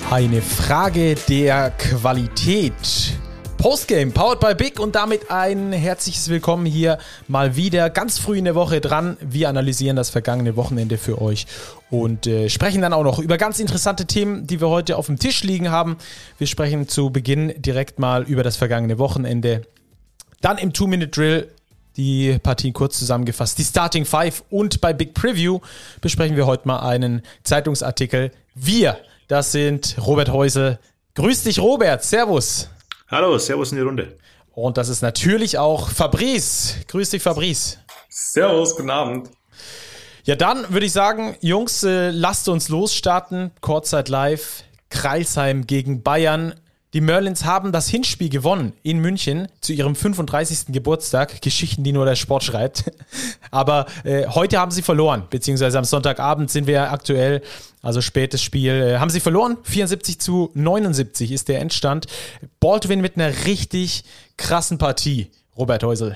Eine Frage der Qualität. Postgame, powered by Big, und damit ein herzliches Willkommen hier mal wieder ganz früh in der Woche dran. Wir analysieren das vergangene Wochenende für euch und sprechen dann auch noch über ganz interessante Themen, die wir heute auf dem Tisch liegen haben. Wir sprechen zu Beginn direkt mal über das vergangene Wochenende. Dann im 2-Minute-Drill die Partien kurz zusammengefasst, die Starting Five, und bei Big Preview besprechen wir heute mal einen Zeitungsartikel. Das sind Robert Heusel. Grüß dich, Robert. Servus. Hallo, servus in die Runde. Und das ist natürlich auch Fabrice. Grüß dich, Fabrice. Servus, guten Abend. Ja, dann würde ich sagen, Jungs, lasst uns losstarten. Kurzzeit live. Crailsheim gegen Bayern. Die Merlins haben das Hinspiel gewonnen in München zu ihrem 35. Geburtstag. Geschichten, die nur der Sport schreibt. Aber heute haben sie verloren, beziehungsweise am Sonntagabend sind wir aktuell, also spätes Spiel, haben sie verloren. 74-79 ist der Endstand. Baldwin mit einer richtig krassen Partie, Robert Heusel.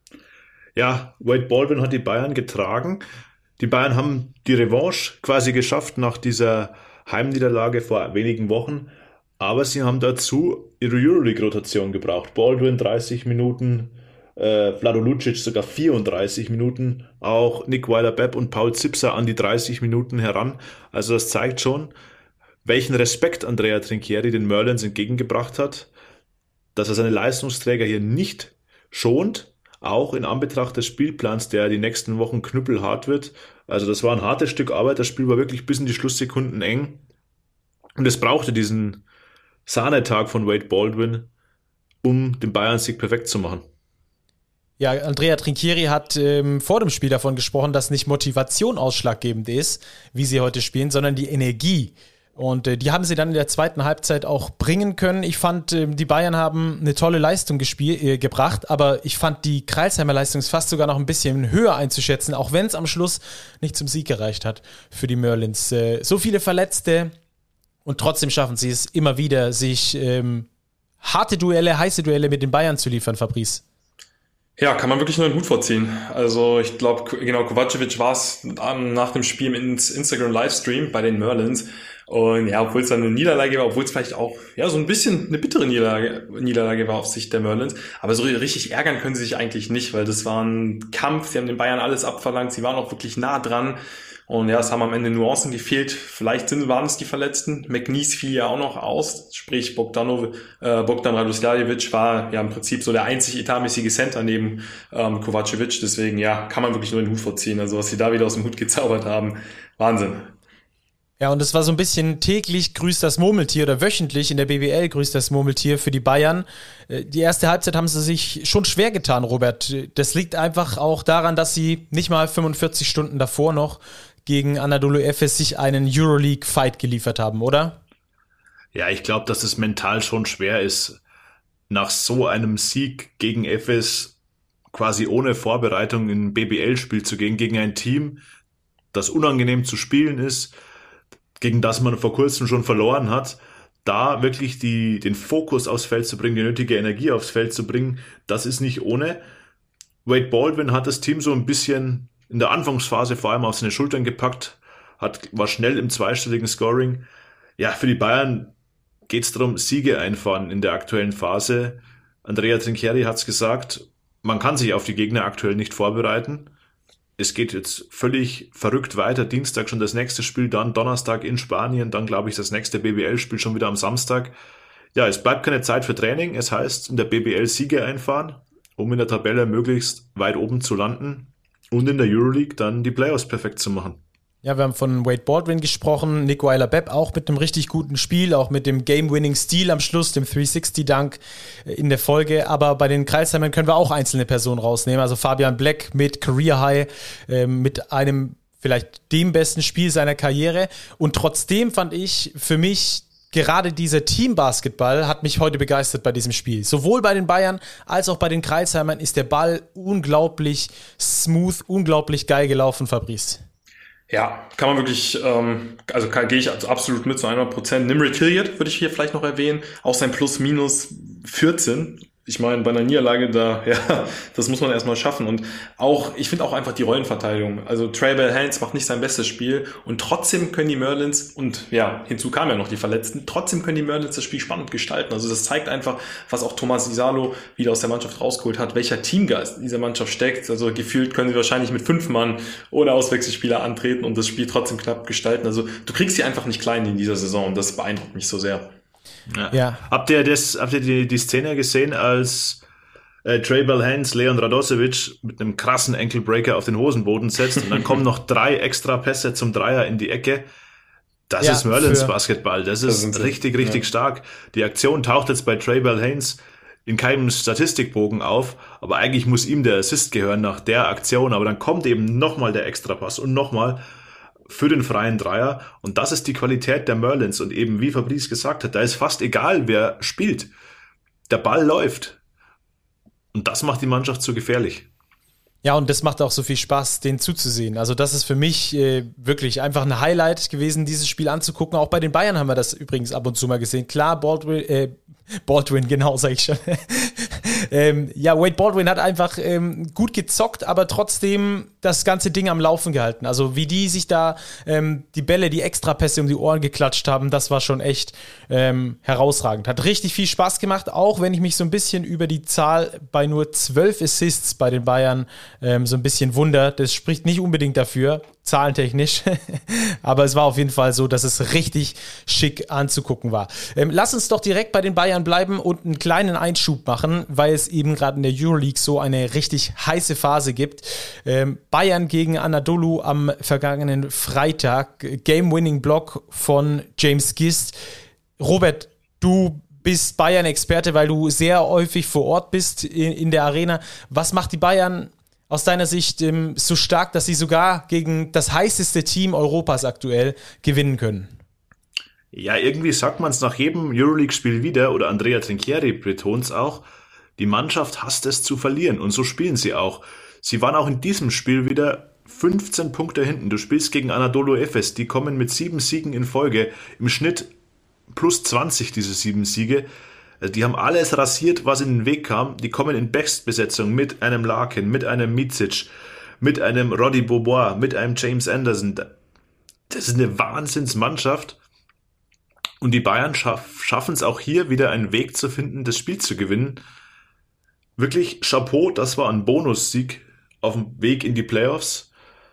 Ja, Wade Baldwin hat die Bayern getragen. Die Bayern haben die Revanche quasi geschafft nach dieser Heimniederlage vor wenigen Wochen. Aber sie haben dazu ihre Euroleague-Rotation gebraucht. Baldwin 30 Minuten, Vlado Lucic sogar 34 Minuten, auch Nick Weiler-Bepp und Paul Zipser an die 30 Minuten heran. Also das zeigt schon, welchen Respekt Andrea Trinchieri den Merlins entgegengebracht hat, dass er seine Leistungsträger hier nicht schont, auch in Anbetracht des Spielplans, der die nächsten Wochen knüppelhart wird. Also das war ein hartes Stück Arbeit, das Spiel war wirklich bis in die Schlusssekunden eng und es brauchte diesen Sahnetag von Wade Baldwin, um den Bayern-Sieg perfekt zu machen. Ja, Andrea Trinchieri hat vor dem Spiel davon gesprochen, dass nicht Motivation ausschlaggebend ist, wie sie heute spielen, sondern die Energie. Und die haben sie dann in der zweiten Halbzeit auch bringen können. Ich fand, die Bayern haben eine tolle Leistung gebracht, aber ich fand die Crailsheimer Leistung fast sogar noch ein bisschen höher einzuschätzen, auch wenn es am Schluss nicht zum Sieg gereicht hat für die Merlins. So viele Verletzte. Und trotzdem schaffen sie es immer wieder, sich harte Duelle, heiße Duelle mit den Bayern zu liefern, Fabrice. Ja, kann man wirklich nur den Hut vorziehen. Also ich glaube, genau, Kovacevic war es nach dem Spiel im Instagram-Livestream bei den Merlins. Und ja, obwohl es dann eine Niederlage war, obwohl es vielleicht auch ja so ein bisschen eine bittere Niederlage war auf Sicht der Merlins. Aber so richtig ärgern können sie sich eigentlich nicht, weil das war ein Kampf. Sie haben den Bayern alles abverlangt. Sie waren auch wirklich nah dran. Und ja, es haben am Ende Nuancen gefehlt. Vielleicht waren es die Verletzten. McNeese fiel ja auch noch aus. Sprich, Bogdan Radoslavljevic war ja im Prinzip so der einzig etatmäßige Center neben Kovacevic. Deswegen, ja, kann man wirklich nur den Hut vorziehen. Also was sie da wieder aus dem Hut gezaubert haben, Wahnsinn. Ja, und es war so ein bisschen täglich grüßt das Murmeltier oder wöchentlich in der BBL grüßt das Murmeltier für die Bayern. Die erste Halbzeit haben sie sich schon schwer getan, Robert. Das liegt einfach auch daran, dass sie nicht mal 45 Stunden davor noch gegen Anadolu Efes sich einen Euroleague-Fight geliefert haben, oder? Ja, ich glaube, dass es mental schon schwer ist, nach so einem Sieg gegen Efes quasi ohne Vorbereitung in ein BBL-Spiel zu gehen, gegen ein Team, das unangenehm zu spielen ist, gegen das man vor kurzem schon verloren hat, da wirklich den Fokus aufs Feld zu bringen, die nötige Energie aufs Feld zu bringen, das ist nicht ohne. Wade Baldwin hat das Team so ein bisschen in der Anfangsphase vor allem auf seine Schultern gepackt, war schnell im zweistelligen Scoring. Ja, für die Bayern geht es darum, Siege einfahren in der aktuellen Phase. Andrea Trinchieri hat es gesagt, man kann sich auf die Gegner aktuell nicht vorbereiten. Es geht jetzt völlig verrückt weiter. Dienstag schon das nächste Spiel, dann Donnerstag in Spanien, dann glaube ich das nächste BBL-Spiel schon wieder am Samstag. Ja, es bleibt keine Zeit für Training. Es heißt, in der BBL Siege einfahren, um in der Tabelle möglichst weit oben zu landen und in der Euroleague dann die Playoffs perfekt zu machen. Ja, wir haben von Wade Baldwin gesprochen, Nick Weiler-Bepp auch mit einem richtig guten Spiel, auch mit dem Game-Winning-Stil am Schluss, dem 360-Dunk in der Folge. Aber bei den Crailsheimern können wir auch einzelne Personen rausnehmen. Also Fabian Black mit Career High, mit einem vielleicht dem besten Spiel seiner Karriere. Und trotzdem fand ich für mich, gerade dieser Team-Basketball hat mich heute begeistert bei diesem Spiel. Sowohl bei den Bayern als auch bei den Crailsheimern ist der Ball unglaublich smooth, unglaublich geil gelaufen, Fabrice. Ja, kann man wirklich, gehe ich absolut mit zu 100%. Nimrit Hilliard würde ich hier vielleicht noch erwähnen. Auch sein Plus-Minus 14 Ich meine, bei einer Niederlage das muss man erstmal schaffen. Und ich finde auch einfach die Rollenverteilung. Also Trey Bell-Haynes macht nicht sein bestes Spiel und trotzdem können die Merlins, und ja, hinzu kamen ja noch die Verletzten, trotzdem können die Merlins das Spiel spannend gestalten. Also das zeigt einfach, was auch Thomas Isalo wieder aus der Mannschaft rausgeholt hat, welcher Teamgeist in dieser Mannschaft steckt. Also gefühlt können sie wahrscheinlich mit 5 Mann ohne Auswechselspieler antreten und das Spiel trotzdem knapp gestalten. Also du kriegst sie einfach nicht klein in dieser Saison und das beeindruckt mich so sehr. Ja. Habt ihr die Szene gesehen, als Trey Bell-Haynes Leon Radosevic mit einem krassen Ankle-Breaker auf den Hosenboden setzt und dann kommen noch 3 extra Pässe zum Dreier in die Ecke? Das ist Merlins Basketball. Das ist richtig stark. Die Aktion taucht jetzt bei Trey Bell-Haynes in keinem Statistikbogen auf, aber eigentlich muss ihm der Assist gehören nach der Aktion, aber dann kommt eben nochmal der Extrapass und nochmal für den freien Dreier, und das ist die Qualität der Merlins, und eben wie Fabrice gesagt hat, da ist fast egal, wer spielt. Der Ball läuft. Und das macht die Mannschaft so gefährlich. Ja, und das macht auch so viel Spaß, den zuzusehen. Also das ist für mich wirklich einfach ein Highlight gewesen, dieses Spiel anzugucken. Auch bei den Bayern haben wir das übrigens ab und zu mal gesehen. Klar, Baldwin, genau, sag ich schon. Wade Baldwin hat einfach gut gezockt, aber trotzdem das ganze Ding am Laufen gehalten. Also wie die sich da die Bälle, die Extrapässe um die Ohren geklatscht haben, das war schon echt herausragend. Hat richtig viel Spaß gemacht, auch wenn ich mich so ein bisschen über die Zahl bei nur 12 Assists bei den Bayern so ein bisschen wundere. Das spricht nicht unbedingt dafür, zahlentechnisch, aber es war auf jeden Fall so, dass es richtig schick anzugucken war. Lass uns doch direkt bei den Bayern bleiben und einen kleinen Einschub machen, weil es eben gerade in der Euroleague so eine richtig heiße Phase gibt. Bayern gegen Anadolu am vergangenen Freitag, Game-Winning-Block von James Gist. Robert, du bist Bayern-Experte, weil du sehr häufig vor Ort bist in der Arena. Was macht die Bayern aus deiner Sicht so stark, dass sie sogar gegen das heißeste Team Europas aktuell gewinnen können? Ja, irgendwie sagt man es nach jedem Euroleague-Spiel wieder, oder Andrea Trinchieri betont es auch, die Mannschaft hasst es zu verlieren, und so spielen sie auch. Sie waren auch in diesem Spiel wieder 15 Punkte hinten. Du spielst gegen Anadolu Efes, die kommen mit 7 Siegen in Folge, im Schnitt plus 20 diese 7 Siege. Also die haben alles rasiert, was in den Weg kam. Die kommen in Bestbesetzung mit einem Larkin, mit einem Micic, mit einem Roddy Beaubois, mit einem James Anderson. Das ist eine Wahnsinnsmannschaft. Und die Bayern schaffen es auch hier wieder einen Weg zu finden, das Spiel zu gewinnen. Wirklich Chapeau, das war ein Bonussieg auf dem Weg in die Playoffs.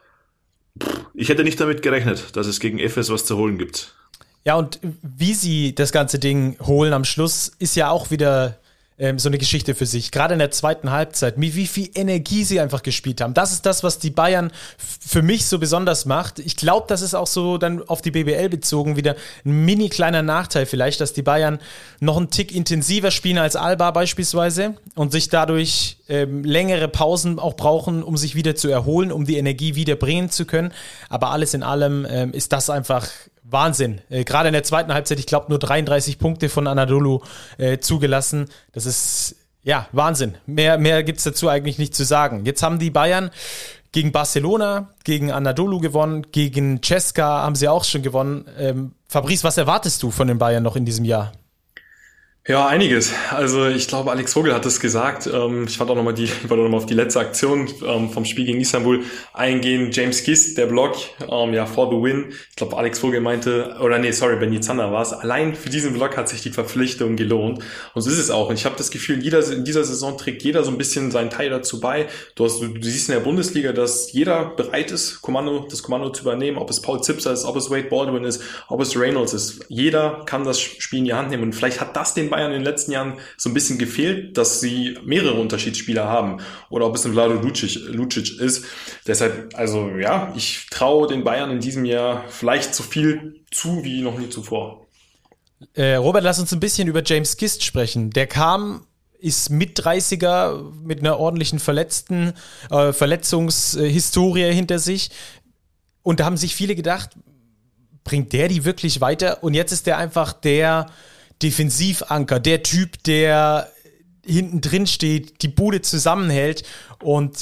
Ich hätte nicht damit gerechnet, dass es gegen Efes was zu holen gibt. Ja, und wie sie das ganze Ding holen am Schluss, ist ja auch wieder so eine Geschichte für sich. Gerade in der zweiten Halbzeit, mit wie viel Energie sie einfach gespielt haben. Das ist das, was die Bayern für mich so besonders macht. Ich glaube, das ist auch so dann auf die BBL bezogen wieder ein mini kleiner Nachteil vielleicht, dass die Bayern noch einen Tick intensiver spielen als Alba beispielsweise und sich dadurch längere Pausen auch brauchen, um sich wieder zu erholen, um die Energie wieder bringen zu können. Aber alles in allem ist das einfach Wahnsinn. Gerade in der zweiten Halbzeit, ich glaube, nur 33 Punkte von Anadolu zugelassen. Das ist, ja, Wahnsinn. Mehr gibt's dazu eigentlich nicht zu sagen. Jetzt haben die Bayern gegen Barcelona, gegen Anadolu gewonnen, gegen CSKA haben sie auch schon gewonnen. Fabrice, was erwartest du von den Bayern noch in diesem Jahr? Ja, einiges. Also ich glaube, Alex Vogel hat es gesagt. Ich wollte auch nochmal auf die letzte Aktion vom Spiel gegen Istanbul eingehen. James Gist, der Block, for the win. Ich glaube, Alex Vogel meinte, Benny Zander war es. Allein für diesen Block hat sich die Verpflichtung gelohnt. Und so ist es auch. Und ich habe das Gefühl, in dieser Saison trägt jeder so ein bisschen seinen Teil dazu bei. Du siehst in der Bundesliga, dass jeder bereit ist, das Kommando zu übernehmen. Ob es Paul Zipser ist, ob es Wade Baldwin ist, ob es Reynolds ist. Jeder kann das Spiel in die Hand nehmen. Und vielleicht hat das den Bayern in den letzten Jahren so ein bisschen gefehlt, dass sie mehrere Unterschiedsspieler haben. Oder ob es ein Vlado Lucic ist. Deshalb, ich traue den Bayern in diesem Jahr vielleicht so viel zu wie noch nie zuvor. Robert, lass uns ein bisschen über James Gist sprechen. Der ist mit 30er mit einer ordentlichen Verletzungshistorie hinter sich. Und da haben sich viele gedacht, bringt der die wirklich weiter? Und jetzt ist der einfach der Defensivanker, der Typ, der hinten drin steht, die Bude zusammenhält und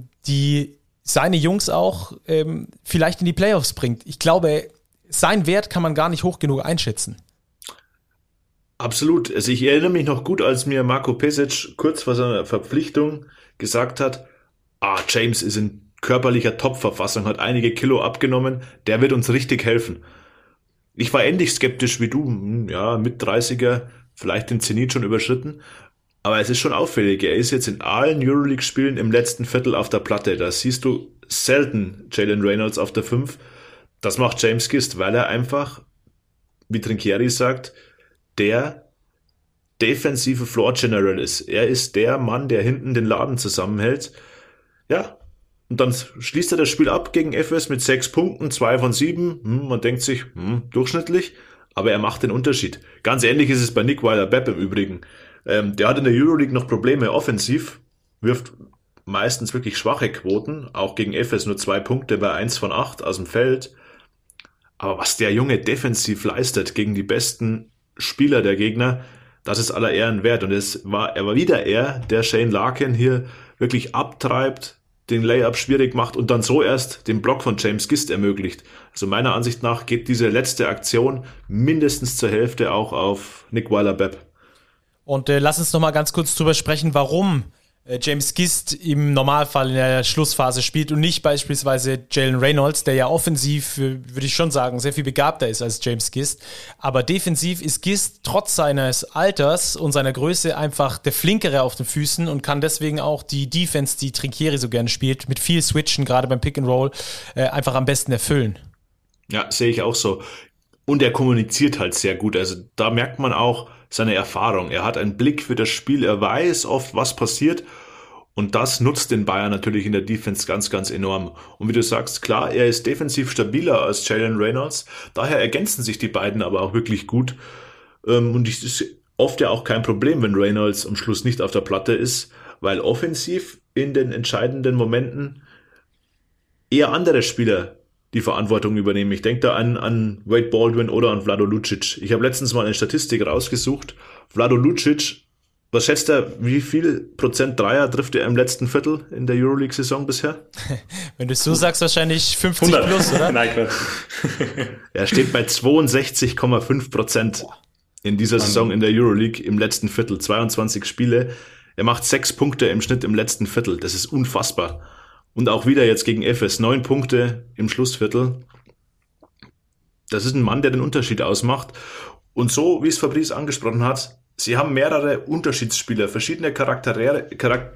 seine Jungs auch vielleicht in die Playoffs bringt. Ich glaube, sein Wert kann man gar nicht hoch genug einschätzen. Absolut. Also ich erinnere mich noch gut, als mir Marco Pesic kurz vor seiner Verpflichtung gesagt hat, James ist in körperlicher Top-Verfassung, hat einige Kilo abgenommen, der wird uns richtig helfen. Ich war ähnlich skeptisch wie du, ja, mit 30er, vielleicht den Zenit schon überschritten, aber es ist schon auffällig, er ist jetzt in allen Euroleague-Spielen im letzten Viertel auf der Platte, da siehst du selten Jalen Reynolds auf der 5. Das macht James Gist, weil er einfach, wie Trinchieri sagt, der defensive Floor General ist. Er ist der Mann, der hinten den Laden zusammenhält. Ja, und dann schließt er das Spiel ab gegen FS mit 6 Punkten, 2 von 7. Man denkt sich, durchschnittlich, aber er macht den Unterschied. Ganz ähnlich ist es bei Nick Weiler-Bepp im Übrigen. Der hat in der Euroleague noch Probleme offensiv, wirft meistens wirklich schwache Quoten, auch gegen FS nur 2 Punkte bei 1 von 8 aus dem Feld. Aber was der Junge defensiv leistet gegen die besten Spieler der Gegner, das ist aller Ehren wert. Und er war wieder der Shane Larkin hier wirklich abtreibt, den Layup schwierig macht und dann so erst den Block von James Gist ermöglicht. Also meiner Ansicht nach geht diese letzte Aktion mindestens zur Hälfte auch auf Nick Weiler-Bepp. Und lass uns noch mal ganz kurz drüber sprechen, warum James Gist im Normalfall in der Schlussphase spielt und nicht beispielsweise Jalen Reynolds, der ja offensiv, würde ich schon sagen, sehr viel begabter ist als James Gist. Aber defensiv ist Gist trotz seines Alters und seiner Größe einfach der Flinkere auf den Füßen und kann deswegen auch die Defense, die Trinchieri so gerne spielt, mit viel Switchen, gerade beim Pick and Roll, einfach am besten erfüllen. Ja, sehe ich auch so. Und er kommuniziert halt sehr gut. Also da merkt man auch seine Erfahrung. Er hat einen Blick für das Spiel. Er weiß oft, was passiert. Und das nutzt den Bayern natürlich in der Defense ganz, ganz enorm. Und wie du sagst, klar, er ist defensiv stabiler als Jalen Reynolds. Daher ergänzen sich die beiden aber auch wirklich gut. Und es ist oft ja auch kein Problem, wenn Reynolds am Schluss nicht auf der Platte ist, weil offensiv in den entscheidenden Momenten eher andere Spieler die Verantwortung übernehmen. Ich denke da an Wade Baldwin oder an Vlado Lucic. Ich habe letztens mal eine Statistik rausgesucht. Vlado Lucic, was schätzt er, wie viel Prozent Dreier trifft er im letzten Viertel in der Euroleague-Saison bisher? Wenn du es so sagst, wahrscheinlich 50 100. Plus, oder? Nein, klar. Er steht bei 62,5% in dieser Saison in der Euroleague im letzten Viertel. 22 Spiele. Er macht 6 Punkte im Schnitt im letzten Viertel. Das ist unfassbar. Und auch wieder jetzt gegen FS, 9 Punkte im Schlussviertel. Das ist ein Mann, der den Unterschied ausmacht. Und so, wie es Fabrice angesprochen hat, sie haben mehrere Unterschiedsspieler, verschiedene Charaktere,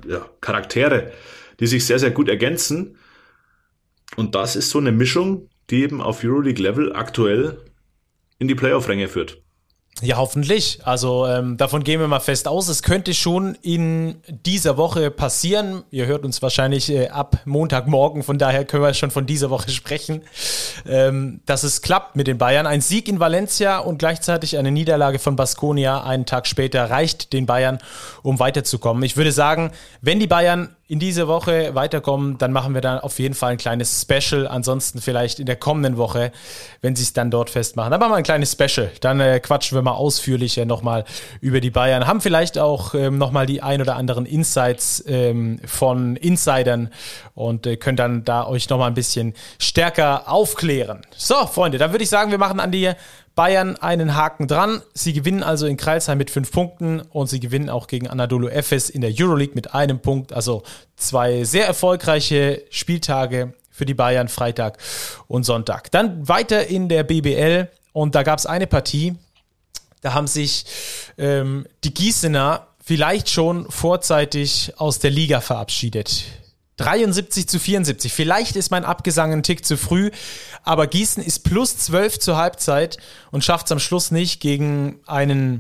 die sich sehr, sehr gut ergänzen. Und das ist so eine Mischung, die eben auf Euroleague-Level aktuell in die Playoff-Ränge führt. Ja, hoffentlich. Also davon gehen wir mal fest aus. Es könnte schon in dieser Woche passieren. Ihr hört uns wahrscheinlich ab Montagmorgen, von daher können wir schon von dieser Woche sprechen, dass es klappt mit den Bayern. Ein Sieg in Valencia und gleichzeitig eine Niederlage von Baskonia einen Tag später reicht den Bayern, um weiterzukommen. Ich würde sagen, wenn die Bayern in dieser Woche weiterkommen, dann machen wir dann auf jeden Fall ein kleines Special. Ansonsten vielleicht in der kommenden Woche, wenn sie es dann dort festmachen. Dann machen wir ein kleines Special. Dann quatschen wir mal ausführlicher nochmal über die Bayern. Haben vielleicht auch nochmal die ein oder anderen Insights von Insidern und können dann da euch nochmal ein bisschen stärker aufklären. So, Freunde, dann würde ich sagen, wir machen an die Bayern einen Haken dran. Sie gewinnen also in Crailsheim mit 5 Punkten und sie gewinnen auch gegen Anadolu Efes in der Euroleague mit 1 Punkt. Also 2 sehr erfolgreiche Spieltage für die Bayern, Freitag und Sonntag. Dann weiter in der BBL und da gab es eine Partie, da haben sich die Gießener vielleicht schon vorzeitig aus der Liga verabschiedet. 73-74. Vielleicht ist mein Abgesang ein Tick zu früh, aber Gießen ist plus 12 zur Halbzeit und schafft es am Schluss nicht gegen einen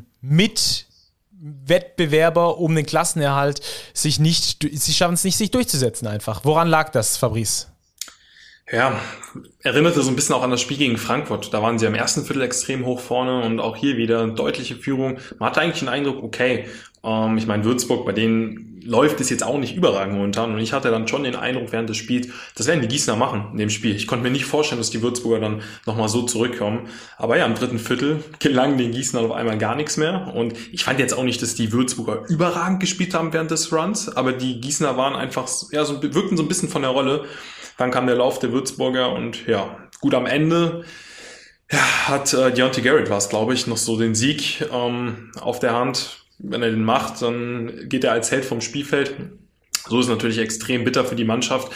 Mitwettbewerber um den Klassenerhalt sie schaffen es nicht, sich durchzusetzen einfach. Woran lag das, Fabrice? Ja, erinnerte so ein bisschen auch an das Spiel gegen Frankfurt. Da waren sie am ersten Viertel extrem hoch vorne und auch hier wieder eine deutliche Führung. Man hatte eigentlich den Eindruck, okay, ich meine, Würzburg, bei denen läuft es jetzt auch nicht überragend momentan. Und ich hatte dann schon den Eindruck während des Spiels, das werden die Gießener machen in dem Spiel. Ich konnte mir nicht vorstellen, dass die Würzburger dann nochmal so zurückkommen. Aber ja, im dritten Viertel gelang den Gießenern auf einmal gar nichts mehr. Und ich fand jetzt auch nicht, dass die Würzburger überragend gespielt haben während des Runs. Aber die Gießener waren einfach, ja, wirkten so ein bisschen von der Rolle. Dann kam der Lauf der Würzburger und ja, gut am Ende Ja, hat Deontay Garrett war es, glaube ich, noch so den Sieg auf der Hand. Wenn er den macht, dann geht er als Held vom Spielfeld. So ist es natürlich extrem bitter für die Mannschaft.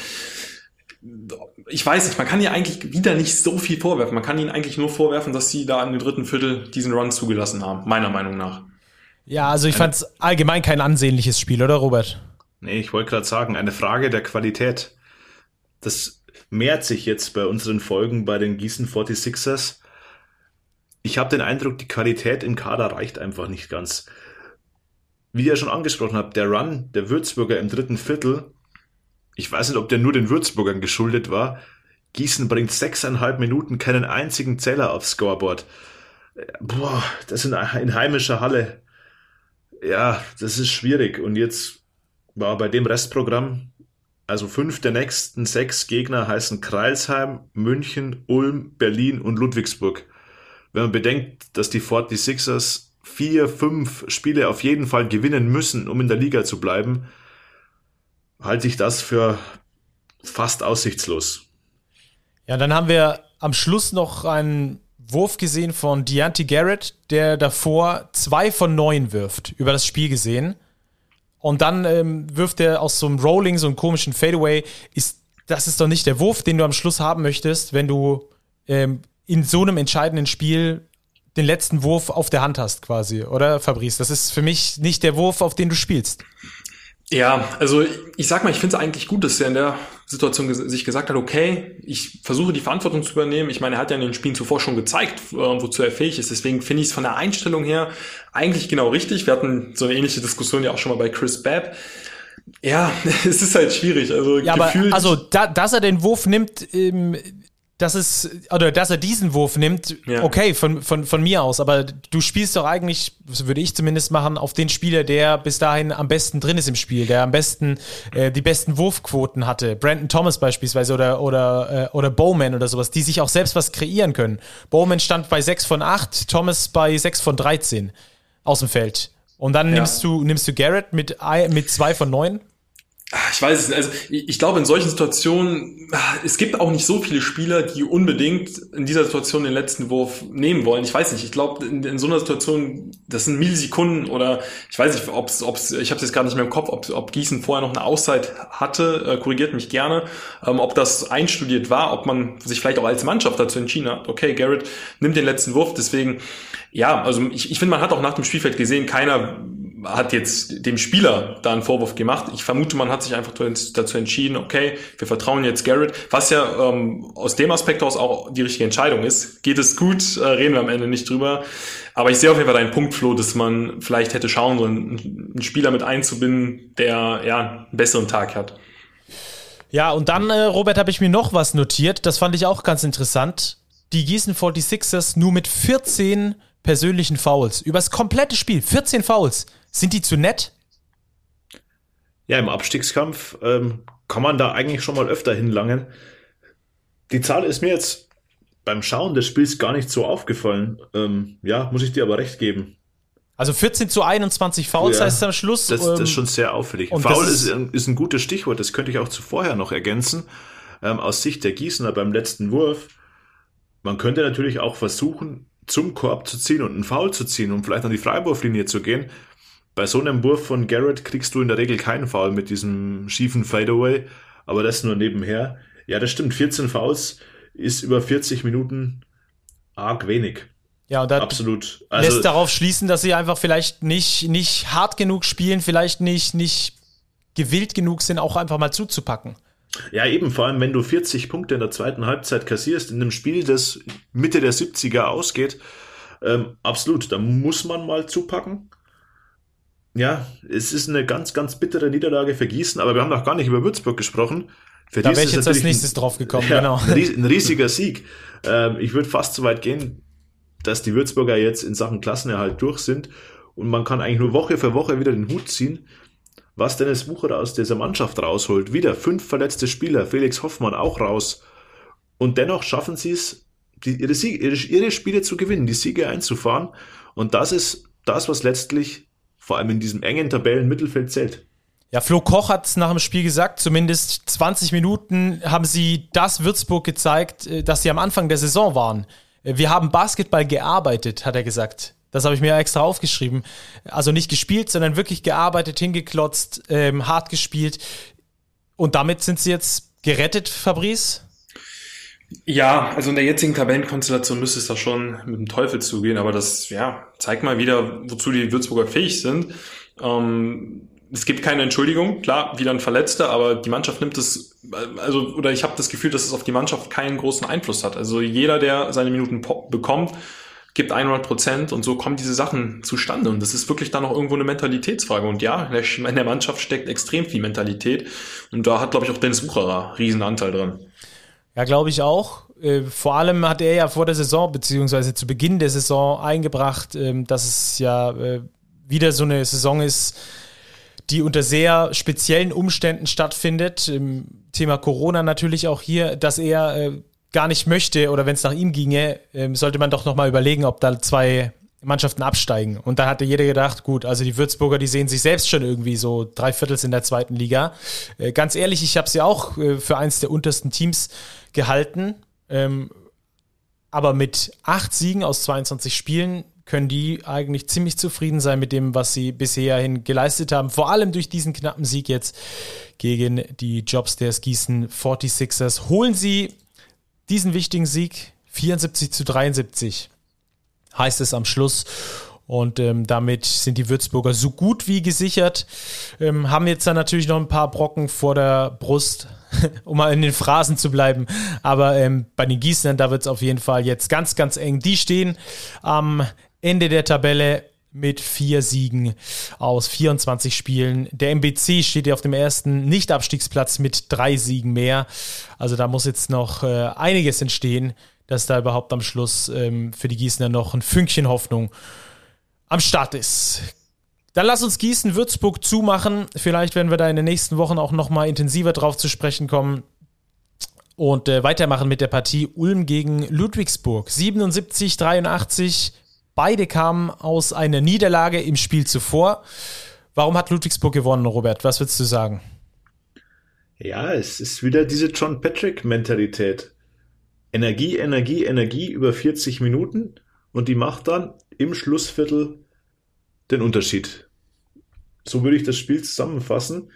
Ich weiß nicht, man kann ihr eigentlich wieder nicht so viel vorwerfen. Man kann ihnen eigentlich nur vorwerfen, dass sie da im dritten Viertel diesen Run zugelassen haben, meiner Meinung nach. Ja, also ich fand es allgemein kein ansehnliches Spiel, oder Robert? Nee, ich wollte gerade sagen, eine Frage der Qualität. Das mehrt sich jetzt bei unseren Folgen bei den Gießen 46ers. Ich habe den Eindruck, die Qualität im Kader reicht einfach nicht ganz. Wie ihr schon angesprochen habt, der Run der Würzburger im dritten Viertel, ich weiß nicht, ob der nur den Würzburgern geschuldet war. Gießen bringt 6,5 Minuten keinen einzigen Zähler aufs Scoreboard. Boah, das in heimischer Halle. Ja, das ist schwierig. Und jetzt war bei dem Restprogramm, also 5 der nächsten 6 Gegner heißen Crailsheim, München, Ulm, Berlin und Ludwigsburg. Wenn man bedenkt, dass die 46ers 4, 5 Spiele auf jeden Fall gewinnen müssen, um in der Liga zu bleiben, halte ich das für fast aussichtslos. Ja, dann haben wir am Schluss noch einen Wurf gesehen von Deontay Garrett, der davor 2 von 9 wirft, über das Spiel gesehen. Und dann wirft er aus so einem Rolling, so einem komischen Fadeaway. Das ist doch nicht der Wurf, den du am Schluss haben möchtest, wenn du in so einem entscheidenden Spiel den letzten Wurf auf der Hand hast quasi, oder Fabrice? Das ist für mich nicht der Wurf, auf den du spielst. Ja, also ich sag mal, ich finde es eigentlich gut, dass er in der Situation sich gesagt hat, okay, ich versuche die Verantwortung zu übernehmen. Ich meine, er hat ja in den Spielen zuvor schon gezeigt, wozu er fähig ist. Deswegen finde ich es von der Einstellung her eigentlich genau richtig. Wir hatten so eine ähnliche Diskussion ja auch schon mal bei Chris Babb. Ja, es ist halt schwierig. Also ja, gefühlt, aber dass er den Wurf nimmt, dass er diesen Wurf nimmt, ja. Okay, von mir aus, aber du spielst doch eigentlich, das würde ich zumindest machen, auf den Spieler, der bis dahin am besten drin ist im Spiel, der am besten die besten Wurfquoten hatte. Brandon Thomas beispielsweise oder Bowman oder sowas, die sich auch selbst was kreieren können. Bowman stand bei 6 von 8, Thomas bei 6 von 13 aus dem Feld. Und dann nimmst du Garrett mit 2 von 9. Ich weiß es nicht. Also ich glaube, in solchen Situationen, es gibt auch nicht so viele Spieler, die unbedingt in dieser Situation den letzten Wurf nehmen wollen. Ich weiß nicht. Ich glaube, in so einer Situation, das sind Millisekunden oder ich weiß nicht, ob's ich habe es jetzt gar nicht mehr im Kopf, ob Gießen vorher noch eine Auszeit hatte, korrigiert mich gerne, ob das einstudiert war, ob man sich vielleicht auch als Mannschaft dazu entschieden hat, okay, Garrett nimmt den letzten Wurf, deswegen, ja, also ich finde, man hat auch nach dem Spielfeld gesehen, keiner hat jetzt dem Spieler da einen Vorwurf gemacht. Ich vermute, man hat sich einfach dazu entschieden, okay, wir vertrauen jetzt Garrett, was ja aus dem Aspekt aus auch die richtige Entscheidung ist. Geht es gut, reden wir am Ende nicht drüber. Aber ich sehe auf jeden Fall deinen Punkt, Flo, dass man vielleicht hätte schauen sollen, einen Spieler mit einzubinden, der ja einen besseren Tag hat. Ja, und dann, Robert, habe ich mir noch was notiert. Das fand ich auch ganz interessant. Die Gießen 46ers nur mit 14 persönlichen Fouls. Übers komplette Spiel, 14 Fouls. Sind die zu nett? Ja, im Abstiegskampf kann man da eigentlich schon mal öfter hinlangen. Die Zahl ist mir jetzt beim Schauen des Spiels gar nicht so aufgefallen. Ja, muss ich dir aber recht geben. Also 14 zu 21 Fouls heißt es am Schluss. Das ist schon sehr auffällig. Foul ist ein gutes Stichwort, das könnte ich auch zuvorher noch ergänzen. Aus Sicht der Gießener beim letzten Wurf. Man könnte natürlich auch versuchen, zum Korb zu ziehen und einen Foul zu ziehen, um vielleicht an die Freiwurflinie zu gehen. Bei so einem Wurf von Garrett kriegst du in der Regel keinen Foul mit diesem schiefen Fadeaway, aber das nur nebenher. Ja, das stimmt, 14 Fouls ist über 40 Minuten arg wenig. Ja, und das absolut. Lässt darauf schließen, dass sie einfach vielleicht nicht hart genug spielen, vielleicht nicht gewillt genug sind, auch einfach mal zuzupacken. Ja, eben, vor allem, wenn du 40 Punkte in der zweiten Halbzeit kassierst, in einem Spiel, das Mitte der 70er ausgeht, absolut, da muss man mal zupacken. Ja, es ist eine ganz, ganz bittere Niederlage für Gießen, aber wir haben noch gar nicht über Würzburg gesprochen. Für da wäre ich jetzt als nächstes drauf gekommen, ja, genau. Ein riesiger Sieg. Ich würde fast so weit gehen, dass die Würzburger jetzt in Sachen Klassenerhalt durch sind und man kann eigentlich nur Woche für Woche wieder den Hut ziehen, was Dennis Wucherer aus dieser Mannschaft rausholt. Wieder 5 verletzte Spieler, Felix Hoffmann auch raus. Und dennoch schaffen sie es, ihre Spiele zu gewinnen, die Siege einzufahren. Und das ist das, was letztlich vor allem in diesem engen Tabellenmittelfeld zählt. Ja, Flo Koch hat es nach dem Spiel gesagt, zumindest 20 Minuten haben sie das Würzburg gezeigt, dass sie am Anfang der Saison waren. Wir haben Basketball gearbeitet, hat er gesagt. Das habe ich mir extra aufgeschrieben. Also nicht gespielt, sondern wirklich gearbeitet, hingeklotzt, hart gespielt. Und damit sind sie jetzt gerettet, Fabrice? Ja, also in der jetzigen Tabellenkonstellation müsste es da schon mit dem Teufel zugehen, aber das, zeigt mal wieder, wozu die Würzburger fähig sind. Es gibt keine Entschuldigung, klar, wieder ein Verletzter, aber die Mannschaft nimmt es, oder ich habe das Gefühl, dass es auf die Mannschaft keinen großen Einfluss hat. Also jeder, der seine Minuten bekommt, gibt 100% und so kommen diese Sachen zustande. Und das ist wirklich dann auch irgendwo eine Mentalitätsfrage. Und ja, in der Mannschaft steckt extrem viel Mentalität. Und da hat, glaube ich, auch Dennis Wucherer einen riesen Anteil dran. Ja, glaube ich auch. Vor allem hat er ja vor der Saison, beziehungsweise zu Beginn der Saison eingebracht, dass es ja wieder so eine Saison ist, die unter sehr speziellen Umständen stattfindet. Thema Corona natürlich auch hier, dass er gar nicht möchte, oder wenn es nach ihm ginge, sollte man doch nochmal überlegen, ob da 2 Mannschaften absteigen. Und da hatte jeder gedacht, gut, also die Würzburger, die sehen sich selbst schon irgendwie so 3/4 in der 2. Liga. Ganz ehrlich, ich habe sie auch für eins der untersten Teams gehalten. Aber mit 8 Siegen aus 22 Spielen können die eigentlich ziemlich zufrieden sein mit dem, was sie bisherhin geleistet haben. Vor allem durch diesen knappen Sieg jetzt gegen die Jobstairs Gießen 46ers. Holen sie diesen wichtigen Sieg 74-73, heißt es am Schluss. Und damit sind die Würzburger so gut wie gesichert. Haben jetzt dann natürlich noch ein paar Brocken vor der Brust, um mal in den Phrasen zu bleiben. Aber bei den Gießnern, da wird es auf jeden Fall jetzt ganz, ganz eng. Die stehen am Ende der Tabelle mit 4 Siegen aus 24 Spielen. Der MBC steht ja auf dem ersten Nicht-Abstiegsplatz mit 3 Siegen mehr. Also da muss jetzt noch einiges entstehen, dass da überhaupt am Schluss für die Gießener noch ein Fünkchen Hoffnung am Start ist. Dann lass uns Gießen-Würzburg zumachen. Vielleicht werden wir da in den nächsten Wochen auch nochmal intensiver drauf zu sprechen kommen. Und weitermachen mit der Partie Ulm gegen Ludwigsburg. 77-83. Beide kamen aus einer Niederlage im Spiel zuvor. Warum hat Ludwigsburg gewonnen, Robert? Was würdest du sagen? Ja, es ist wieder diese John Patrick-Mentalität. Energie, Energie, Energie über 40 Minuten und die macht dann im Schlussviertel den Unterschied. So würde ich das Spiel zusammenfassen.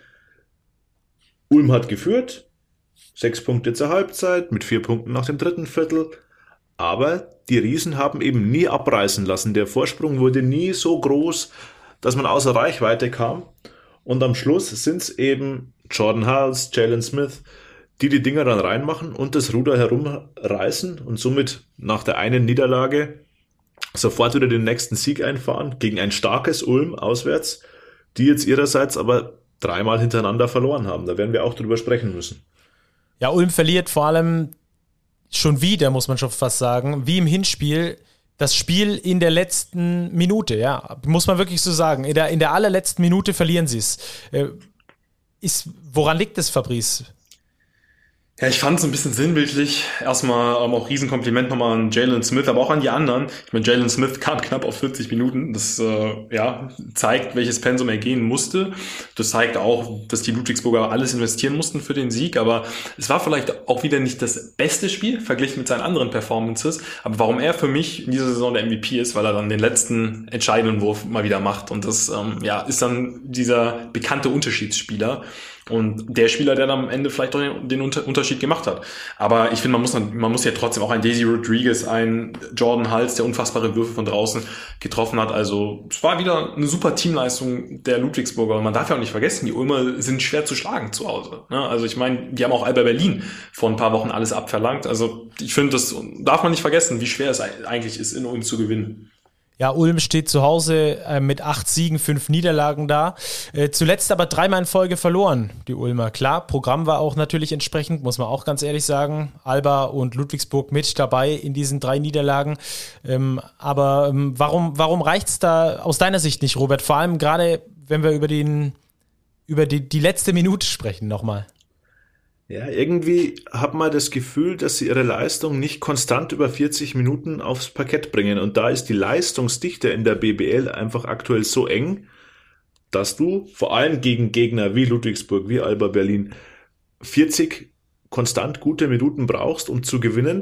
Ulm hat geführt, 6 Punkte zur Halbzeit, mit 4 Punkten nach dem dritten Viertel. Aber die Riesen haben eben nie abreißen lassen. Der Vorsprung wurde nie so groß, dass man außer Reichweite kam. Und am Schluss sind es eben Jordan Hals, Jalen Smith, die Dinger dann reinmachen und das Ruder herumreißen und somit nach der einen Niederlage sofort wieder den nächsten Sieg einfahren gegen ein starkes Ulm auswärts, die jetzt ihrerseits aber 3-mal hintereinander verloren haben. Da werden wir auch drüber sprechen müssen. Ja, Ulm verliert vor allem schon wieder, muss man schon fast sagen, wie im Hinspiel, das Spiel in der letzten Minute, ja, muss man wirklich so sagen. In der allerletzten Minute verlieren sie es. Woran liegt das, Fabrice? Ja, ich fand es ein bisschen sinnbildlich. Erstmal auch Riesenkompliment nochmal an Jalen Smith, aber auch an die anderen. Ich meine, Jalen Smith kam knapp auf 40 Minuten. Das zeigt, welches Pensum er gehen musste. Das zeigt auch, dass die Ludwigsburger alles investieren mussten für den Sieg. Aber es war vielleicht auch wieder nicht das beste Spiel, verglichen mit seinen anderen Performances. Aber warum er für mich in dieser Saison der MVP ist, weil er dann den letzten entscheidenden Wurf mal wieder macht. Und das ist dann dieser bekannte Unterschiedsspieler. Und der Spieler, der dann am Ende vielleicht auch den Unterschied gemacht hat. Aber ich finde, man muss ja trotzdem auch ein Daisy Rodriguez, ein Jordan Hals, der unfassbare Würfe von draußen getroffen hat. Also es war wieder eine super Teamleistung der Ludwigsburger. Und man darf ja auch nicht vergessen, die Ulmer sind schwer zu schlagen zu Hause. Also ich meine, die haben auch Alba Berlin vor ein paar Wochen alles abverlangt. Also ich finde, das darf man nicht vergessen, wie schwer es eigentlich ist, in Ulm zu gewinnen. Ja, Ulm steht zu Hause mit 8 Siegen, 5 Niederlagen da. Zuletzt aber 3-mal in Folge verloren, die Ulmer. Klar, Programm war auch natürlich entsprechend, muss man auch ganz ehrlich sagen. Alba und Ludwigsburg mit dabei in diesen 3 Niederlagen. Aber warum reicht's da aus deiner Sicht nicht, Robert? Vor allem gerade, wenn wir über die letzte Minute sprechen nochmal. Ja, irgendwie hat man das Gefühl, dass sie ihre Leistung nicht konstant über 40 Minuten aufs Parkett bringen. Und da ist die Leistungsdichte in der BBL einfach aktuell so eng, dass du vor allem gegen Gegner wie Ludwigsburg, wie Alba Berlin 40 konstant gute Minuten brauchst, um zu gewinnen.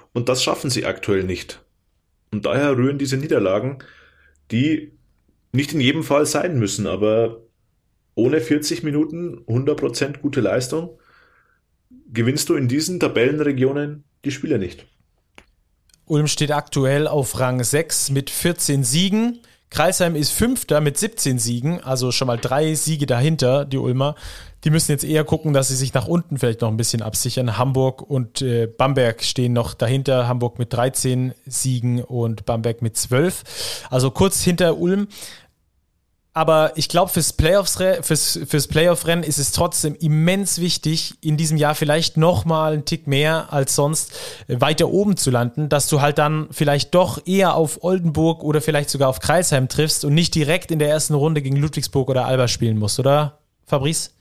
und das schaffen sie aktuell nicht. Und daher rühren diese Niederlagen, die nicht in jedem Fall sein müssen, aber ohne 40 Minuten 100% gute Leistung gewinnst du in diesen Tabellenregionen die Spiele nicht. Ulm steht aktuell auf Rang 6 mit 14 Siegen. Crailsheim ist Fünfter mit 17 Siegen, also schon mal 3 Siege dahinter, die Ulmer. Die müssen jetzt eher gucken, dass sie sich nach unten vielleicht noch ein bisschen absichern. Hamburg und Bamberg stehen noch dahinter. Hamburg mit 13 Siegen und Bamberg mit 12. Also kurz hinter Ulm. Aber ich glaube, fürs Playoff-Rennen ist es trotzdem immens wichtig, in diesem Jahr vielleicht nochmal einen Tick mehr als sonst weiter oben zu landen, dass du halt dann vielleicht doch eher auf Oldenburg oder vielleicht sogar auf Crailsheim triffst und nicht direkt in der ersten Runde gegen Ludwigsburg oder Alba spielen musst, oder, Fabrice?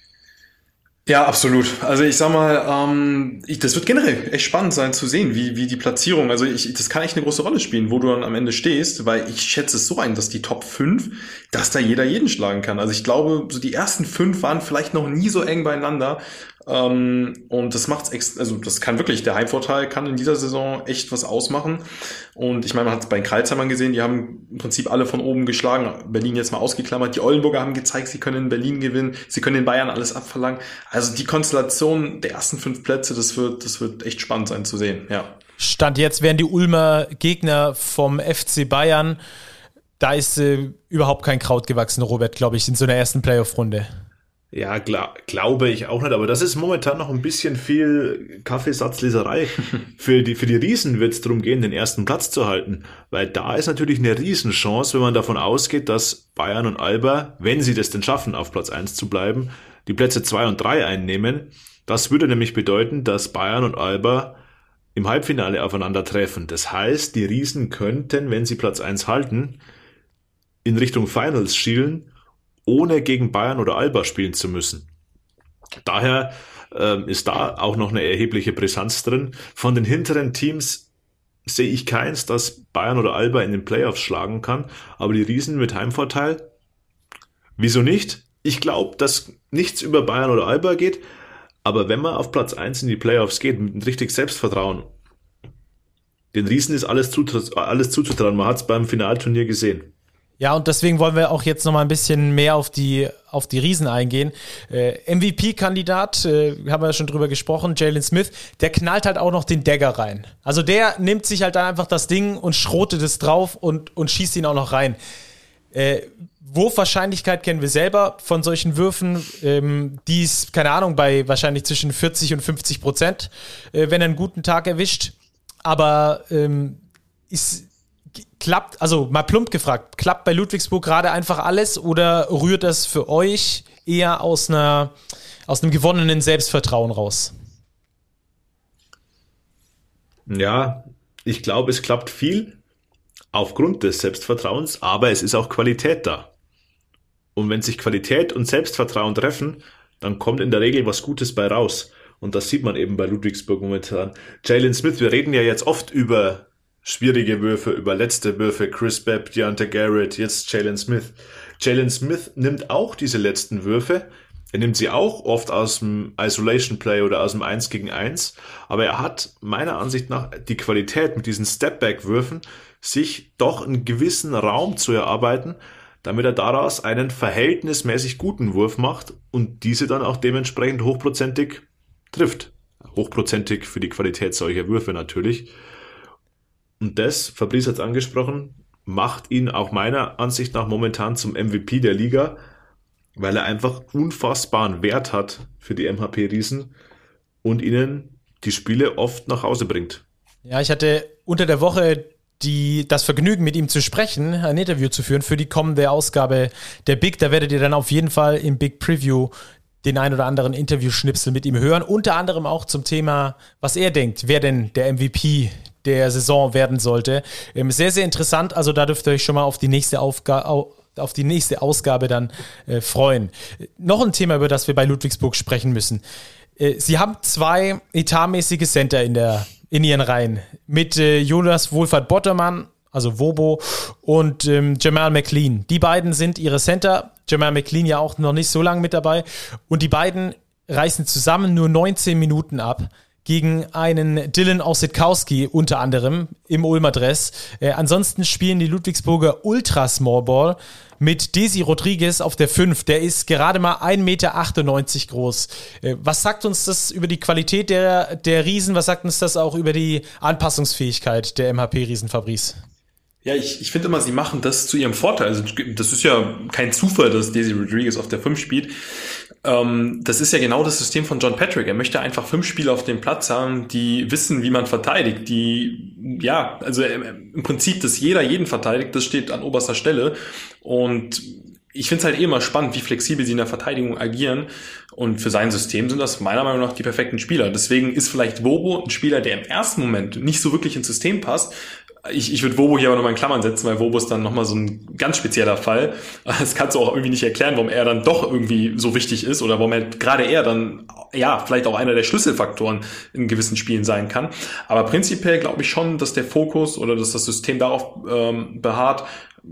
Ja, absolut. Also ich sag mal, das wird generell echt spannend sein zu sehen, wie die Platzierung, also das kann echt eine große Rolle spielen, wo du dann am Ende stehst, weil ich schätze es so ein, dass die Top 5, dass da jeder jeden schlagen kann. Also ich glaube, so die ersten 5 waren vielleicht noch nie so eng beieinander. Und das macht's also das kann wirklich, der Heimvorteil kann in dieser Saison echt was ausmachen. Und ich meine, man hat es bei den Crailsheimern gesehen, die haben im Prinzip alle von oben geschlagen. Berlin jetzt mal ausgeklammert. Die Oldenburger haben gezeigt, sie können in Berlin gewinnen, sie können den Bayern alles abverlangen. Also die Konstellation der ersten 5 Plätze, das wird echt spannend sein zu sehen, ja. Stand jetzt wären die Ulmer Gegner vom FC Bayern. Da ist überhaupt kein Kraut gewachsen, Robert, glaube ich, in so einer ersten Playoff-Runde. Ja, glaube ich auch nicht, aber das ist momentan noch ein bisschen viel Kaffeesatzleserei. Für die Riesen wird es darum gehen, den ersten Platz zu halten, weil da ist natürlich eine Riesenchance, wenn man davon ausgeht, dass Bayern und Alba, wenn sie das denn schaffen, auf Platz 1 zu bleiben, die Plätze 2 und 3 einnehmen. Das würde nämlich bedeuten, dass Bayern und Alba im Halbfinale aufeinandertreffen. Das heißt, die Riesen könnten, wenn sie Platz 1 halten, in Richtung Finals schielen, ohne gegen Bayern oder Alba spielen zu müssen. Daher ist da auch noch eine erhebliche Brisanz drin. Von den hinteren Teams sehe ich keins, das Bayern oder Alba in den Playoffs schlagen kann, aber die Riesen mit Heimvorteil, wieso nicht? Ich glaube, dass nichts über Bayern oder Alba geht, aber wenn man auf Platz 1 in die Playoffs geht, mit richtig Selbstvertrauen, den Riesen ist alles zuzutrauen. Man hat es beim Finalturnier gesehen. Ja, und deswegen wollen wir auch jetzt nochmal ein bisschen mehr auf die Riesen eingehen. MVP-Kandidat, haben wir ja schon drüber gesprochen, Jalen Smith, der knallt halt auch noch den Dagger rein. Also der nimmt sich halt dann einfach das Ding und schrotet es drauf und schießt ihn auch noch rein. Wurfwahrscheinlichkeit kennen wir selber von solchen Würfen, die ist, keine Ahnung, bei wahrscheinlich zwischen 40 und 50%, wenn er einen guten Tag erwischt. Aber klappt, also mal plump gefragt, klappt bei Ludwigsburg gerade einfach alles oder rührt das für euch eher aus einem gewonnenen Selbstvertrauen raus? Ja, ich glaube, es klappt viel aufgrund des Selbstvertrauens, aber es ist auch Qualität da. Und wenn sich Qualität und Selbstvertrauen treffen, dann kommt in der Regel was Gutes bei raus. Und das sieht man eben bei Ludwigsburg momentan. Jalen Smith, wir reden ja jetzt oft über schwierige Würfe, über letzte Würfe, Chris Bepp, Deontay Garrett, jetzt Jalen Smith. Jalen Smith nimmt auch diese letzten Würfe. Er nimmt sie auch oft aus dem Isolation Play oder aus dem 1 gegen 1. Aber er hat meiner Ansicht nach die Qualität, mit diesen Stepback-Würfen sich doch einen gewissen Raum zu erarbeiten, damit er daraus einen verhältnismäßig guten Wurf macht und diese dann auch dementsprechend hochprozentig trifft. Hochprozentig für die Qualität solcher Würfe natürlich. Und das, Fabrice hat es angesprochen, macht ihn auch meiner Ansicht nach momentan zum MVP der Liga, weil er einfach unfassbaren Wert hat für die MHP-Riesen und ihnen die Spiele oft nach Hause bringt. Ja, ich hatte unter der Woche das Vergnügen, mit ihm zu sprechen, ein Interview zu führen für die kommende Ausgabe der Big. Da werdet ihr dann auf jeden Fall im Big Preview den ein oder anderen Interviewschnipsel mit ihm hören. Unter anderem auch zum Thema, was er denkt, wer denn der MVP der Saison werden sollte. Sehr, sehr interessant. Also da dürft ihr euch schon mal auf die nächste Ausgabe dann freuen. Noch ein Thema, über das wir bei Ludwigsburg sprechen müssen. Sie haben 2 etatmäßige Center in ihren Reihen mit Jonas Wohlfahrt-Bottermann, also Wobo, und Jamal McLean. Die beiden sind ihre Center. Jamal McLean ja auch noch nicht so lange mit dabei. Und die beiden reißen zusammen nur 19 Minuten ab. gegen einen Dylan Ossetkowski unter anderem im Ulmer Dress. Ansonsten spielen die Ludwigsburger Ultra Small Ball mit Desi Rodriguez auf der 5. Der ist gerade mal 1,98 Meter groß. Was sagt uns das über die Qualität der Riesen? Was sagt uns das auch über die Anpassungsfähigkeit der MHP-Riesen, Fabrice? Ja, ich finde immer, sie machen das zu ihrem Vorteil. Also das ist ja kein Zufall, dass Desi Rodriguez auf der 5 spielt. Das ist ja genau das System von John Patrick. Er möchte einfach 5 Spieler auf dem Platz haben, die wissen, wie man verteidigt. Also im Prinzip, dass jeder jeden verteidigt, das steht an oberster Stelle. Und ich finde es halt immer spannend, wie flexibel sie in der Verteidigung agieren. Und für sein System sind das meiner Meinung nach die perfekten Spieler. Deswegen ist vielleicht Wobo ein Spieler, der im ersten Moment nicht so wirklich ins System passt. Ich würde Wobo hier aber nochmal in Klammern setzen, weil Wobo ist dann nochmal so ein ganz spezieller Fall. Das kannst du auch irgendwie nicht erklären, warum er dann doch irgendwie so wichtig ist oder warum er dann, vielleicht auch einer der Schlüsselfaktoren in gewissen Spielen sein kann. Aber prinzipiell glaube ich schon, dass der Fokus oder dass das System darauf beharrt,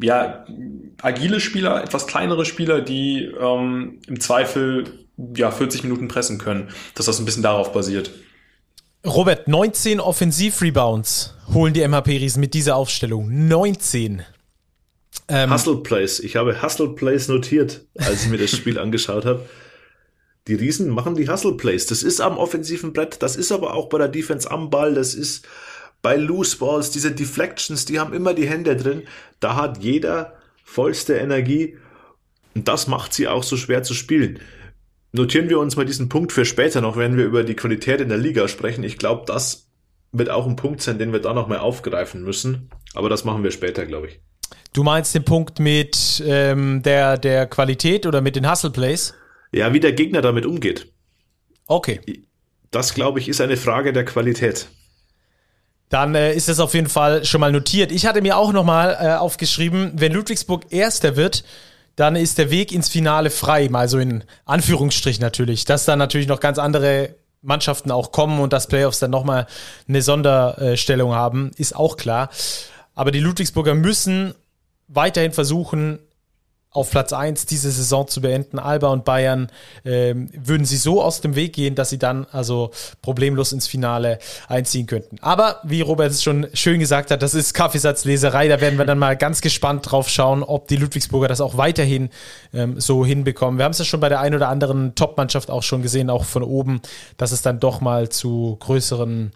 agile Spieler, etwas kleinere Spieler, die im Zweifel 40 Minuten pressen können, dass das ein bisschen darauf basiert. Robert, 19 Offensiv-Rebounds holen die MHP-Riesen mit dieser Aufstellung. 19. Hustle Plays. Ich habe Hustle Plays notiert, als ich mir das Spiel angeschaut habe. Die Riesen machen die Hustle Plays. Das ist am offensiven Brett, das ist aber auch bei der Defense am Ball, das ist bei Loose Balls, diese Deflections, die haben immer die Hände drin. Da hat jeder vollste Energie und das macht sie auch so schwer zu spielen. Notieren wir uns mal diesen Punkt für später noch, wenn wir über die Qualität in der Liga sprechen. Ich glaube, das wird auch ein Punkt sein, den wir da noch mal aufgreifen müssen. Aber das machen wir später, glaube ich. Du meinst den Punkt mit der Qualität oder mit den Hustle Plays? Ja, wie der Gegner damit umgeht. Okay. Das, glaube ich, ist eine Frage der Qualität. Dann ist das auf jeden Fall schon mal notiert. Ich hatte mir auch nochmal aufgeschrieben, wenn Ludwigsburg Erster wird, dann ist der Weg ins Finale frei, mal so in Anführungsstrichen natürlich. Dass dann natürlich noch ganz andere Mannschaften auch kommen und dass Playoffs dann nochmal eine Sonderstellung haben, ist auch klar. Aber die Ludwigsburger müssen weiterhin versuchen, auf Platz 1 diese Saison zu beenden. Alba und Bayern würden sie so aus dem Weg gehen, dass sie dann also problemlos ins Finale einziehen könnten. Aber wie Robert es schon schön gesagt hat, das ist Kaffeesatzleserei. Da werden wir dann mal ganz gespannt drauf schauen, ob die Ludwigsburger das auch weiterhin so hinbekommen. Wir haben es ja schon bei der ein oder anderen Top-Mannschaft auch schon gesehen, auch von oben, dass es dann doch mal zu größeren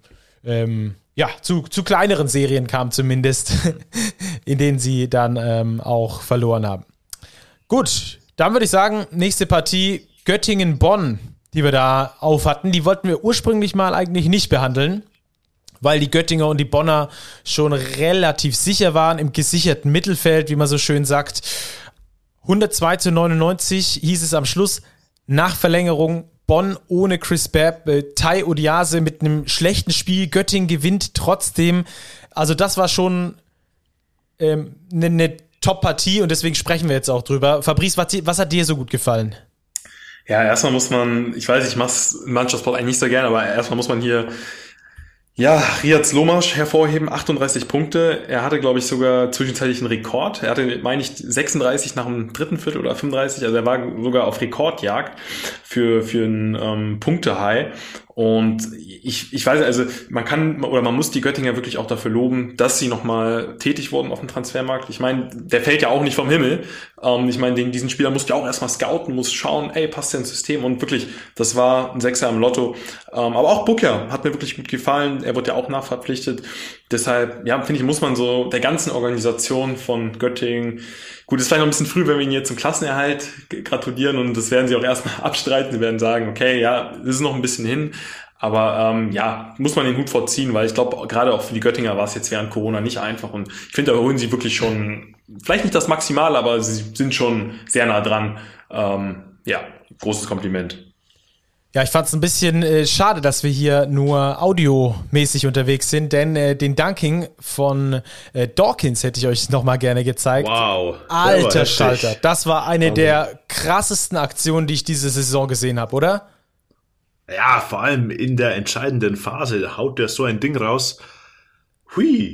zu kleineren Serien kam zumindest, in denen sie dann auch verloren haben. Gut, dann würde ich sagen, nächste Partie Göttingen-Bonn, die wir da auf hatten, die wollten wir ursprünglich mal eigentlich nicht behandeln, weil die Göttinger und die Bonner schon relativ sicher waren im gesicherten Mittelfeld, wie man so schön sagt. 102:99 hieß es am Schluss, nach Verlängerung Bonn ohne Chris Babb, Tai Odiase mit einem schlechten Spiel, Göttingen gewinnt trotzdem. Also das war schon eine Top-Partie und deswegen sprechen wir jetzt auch drüber. Fabrice, was hat dir so gut gefallen? Ja, erstmal muss man, ich weiß, ich mach's im Mannschaftssport eigentlich nicht so gern, aber erstmal muss man hier Riyad Slomash hervorheben, 38 Punkte. Er hatte, glaube ich, sogar zwischenzeitlich einen Rekord. Er hatte, meine ich, 36 nach dem dritten Viertel oder 35. Also er war sogar auf Rekordjagd für ein Punkte-High. Und ich weiß, also man muss die Göttinger wirklich auch dafür loben, dass sie nochmal tätig wurden auf dem Transfermarkt. Ich meine, der fällt ja auch nicht vom Himmel. Ich meine, diesen Spieler musst du ja auch erstmal scouten, musst schauen, passt der ins System? Und wirklich, das war ein Sechser im Lotto. Aber auch Booker hat mir wirklich gut gefallen. Er wird ja auch nachverpflichtet. Deshalb, finde ich, muss man so der ganzen Organisation von Göttingen, gut, ist vielleicht noch ein bisschen früh, wenn wir ihn jetzt zum Klassenerhalt gratulieren und das werden sie auch erstmal abstreiten. Sie werden sagen, okay, das ist noch ein bisschen hin. Aber muss man den Hut vorziehen, weil ich glaube, gerade auch für die Göttinger war es jetzt während Corona nicht einfach. Und ich finde, da holen sie wirklich schon, vielleicht nicht das Maximale, aber sie sind schon sehr nah dran. Großes Kompliment. Ja, ich fand es ein bisschen schade, dass wir hier nur audiomäßig unterwegs sind, denn den Dunking von Dawkins hätte ich euch nochmal gerne gezeigt. Wow. Alter Schalter, das war eine der krassesten Aktionen, die ich diese Saison gesehen habe, oder? Ja, vor allem in der entscheidenden Phase haut der so ein Ding raus. Hui.